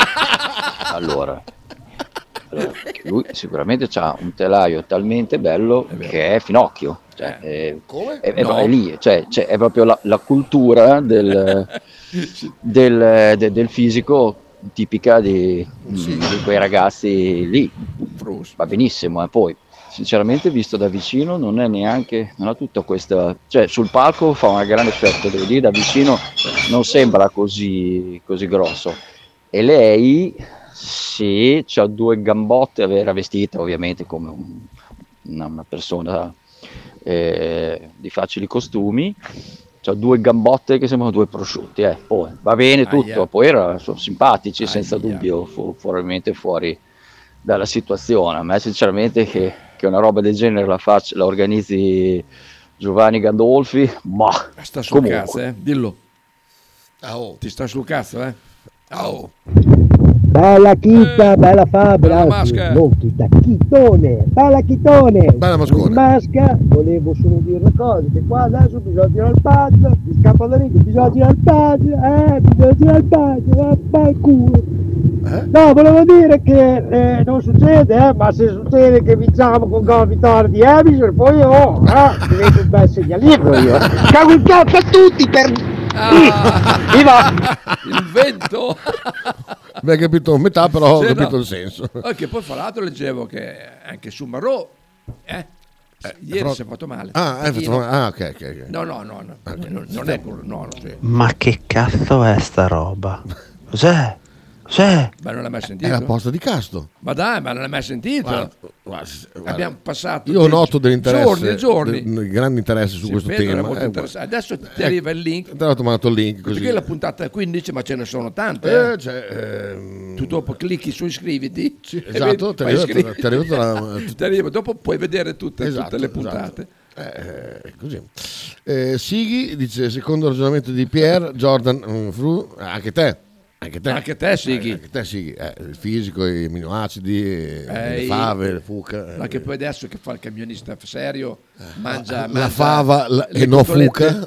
Allora, lui sicuramente ha un telaio talmente bello che è finocchio, cioè, è lì, cioè, è proprio la cultura del fisico tipica di quei ragazzi lì. Va benissimo, poi sinceramente visto da vicino non ha tutta questa, cioè sul palco fa un grande effetto, devo dire, da vicino non sembra così grosso, e lei sì, c'ha due gambotte, era vestita ovviamente come una persona di facili costumi, c'ha due gambotte che sembrano due prosciutti, poi va bene tutto, poi sono simpatici senza dubbio, probabilmente fuori dalla situazione. A me sinceramente che una roba del genere la organizzi Giovanni Gandolfi, ma sta sul cazzo, dillo. Ti sta sul cazzo, Bella chita, bella Fabra, non chita, chitone, bella chitone, bella mascona. Masca, volevo solo dire una cosa, che qua adesso bisogna girare il pazzo, mi scappa da lì, bisogna girare il pazzo, va al culo. No, volevo dire che non succede, ma se succede che vinciamo con gol vittoria di Abisher, poi divento un bel segnalibro io. Cago in cazzo a tutti per... Viva! Il vento! Abbiamo capito metà, però ho capito il senso. Che poi fra l'altro leggevo che anche su Marò ieri si è fatto male. Ok. No, non è quello. No, sì. Ma che cazzo è sta roba? Cos'è? Ma non l'hai mai sentito? È la posta di Casto. Ma dai, ma non l'hai mai sentito? Guarda. Abbiamo passato io noto dell'interesse, giorni. Grande interesse su questo tema. Adesso ti arriva il link. Te l'ho mandato il link così. Perché la puntata 15, ma ce ne sono tante. Tu dopo clicchi su iscriviti. Esatto, ti arriva. Dopo puoi vedere tutte le puntate. Così. Sighi dice: secondo il ragionamento di Pierre, Jordan, anche te. Anche te, Sighi. Il fisico, gli aminoacidi, le fave, le fuca. Ma che poi adesso che fa il camionista serio mangia la fava e no fuca.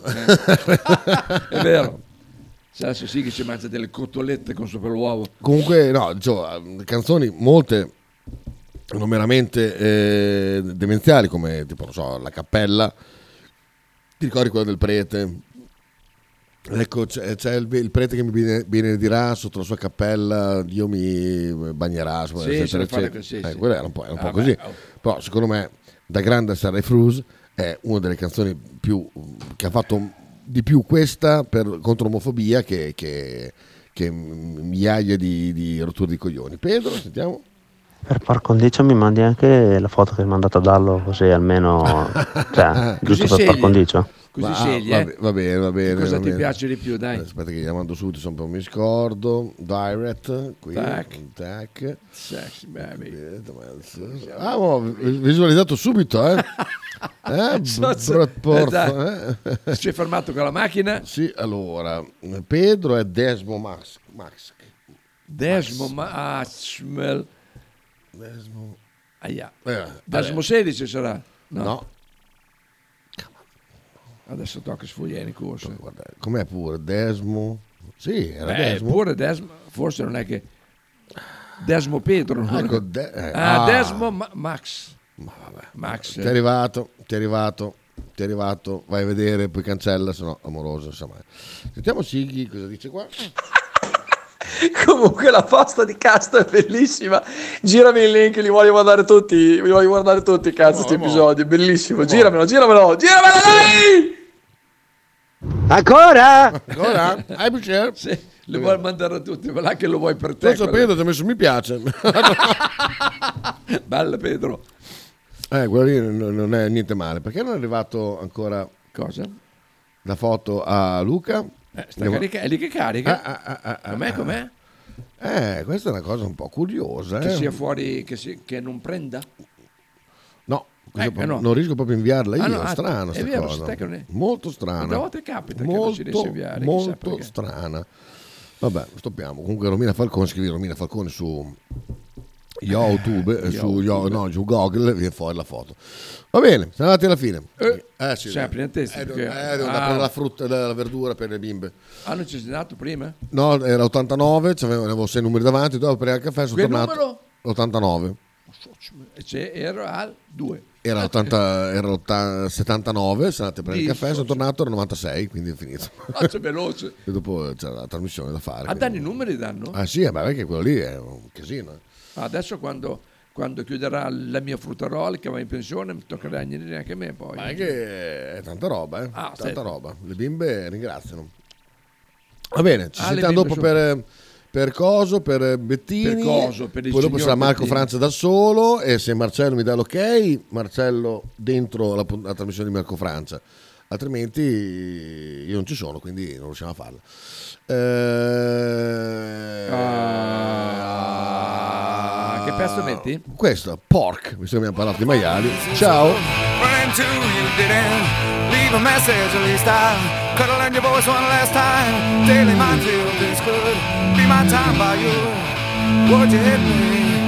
È vero. Adesso Sighi ci mangia delle cotolette con sopra l'uovo. Comunque, canzoni molte non meramente demenziali, come tipo, non so, La Cappella. Ti ricordi quella del prete? Ecco, c'è il prete che mi benedirà sotto la sua cappella, Dio mi bagnerà, quello era un po' così. Però secondo me Da grande Sarah Frus è una delle canzoni che ha fatto di più questa contro l'omofobia che migliaia di rotture di coglioni. Pedro, sentiamo. Per par condicio mi mandi anche la foto che hai mandato a Dallo, così almeno, cioè, giusto per par condicio? Così scegli, Va bene. Cosa va ti bene. piace di più, dai? Aspetta che gli mando subito, se un po' mi scordo. Direct, qui. Tac. Sexy baby. Visualizzato subito, eh? Si è fermato con la macchina? Sì, allora, Pedro è Desmo Max. Desmo. Desmo 16 sarà? No. Adesso tocca sfogliare in corso. Com'è pure? Desmo? Sì, era Desmo. Pure Desmo, forse non è che... Desmo Pedro. No? Ecco, Desmo Max. Ma vabbè. Max. Ti è arrivato. Vai a vedere, poi cancella, sennò amoroso. Insomma. Sentiamo Sighi cosa dice qua. Comunque la posta di Castro è bellissima. Girami il link, li voglio guardare tutti. Vi voglio guardare tutti, cazzo, questi episodi. È bellissimo. Giramelo dai! Ancora? Hai piacere? Sì, lo vuoi mandare a tutti, ma là che lo vuoi per te. Sto sapendo, ti ho messo mi piace. Bella Pedro. Quello lì non è niente male. Perché non è arrivato ancora cosa? La foto a Luca? È lì che carica? Com'è? Questa è una cosa un po' curiosa. Che sia fuori, che non prenda? No, no. non riesco proprio a inviarla io. No, strana è sta vero, cosa. che non è... Molto strana. Una volta capita che non si riesce a inviare. Molto strana. Vabbè, stoppiamo. Comunque Romina Falcone, scrivi Romina Falcone su YouTube, su Google, viene fuori la foto. Va bene, siamo andati alla fine. Sì, sempre in testa. Devo andare a prendere la frutta, la verdura per le bimbe. Non ci sei andato prima? No, era 89, avevo 6 numeri davanti, dopo prendere il caffè, sono tornato. Numero? 89. Ero al 2. Era 79, sono andato a prendere il caffè, sono tornato, era 96, quindi è finito. Faccio veloce. E dopo c'era la trasmissione da fare. Danno i numeri, danno? Sì, ma perché quello lì è un casino. Adesso quando chiuderà la mia frutarola che va in pensione mi toccherà neanche a me poi. Ma è che è tanta roba, tanta roba. Le bimbe ringraziano. Va bene, ci sentiamo dopo per Bettini, per poi dopo sarà Marco Francia da solo, e se Marcello mi dà l'ok, Marcello dentro la trasmissione di Marco Francia, altrimenti io non ci sono, quindi non riusciamo a farla. Che pezzo metti? Questo, Pork, visto che abbiamo parlato di maiali. Ciao. Leave a message, at least I'll cuddle in your voice one last time. Daily minefield is good. Be my time by you. Would you hit me?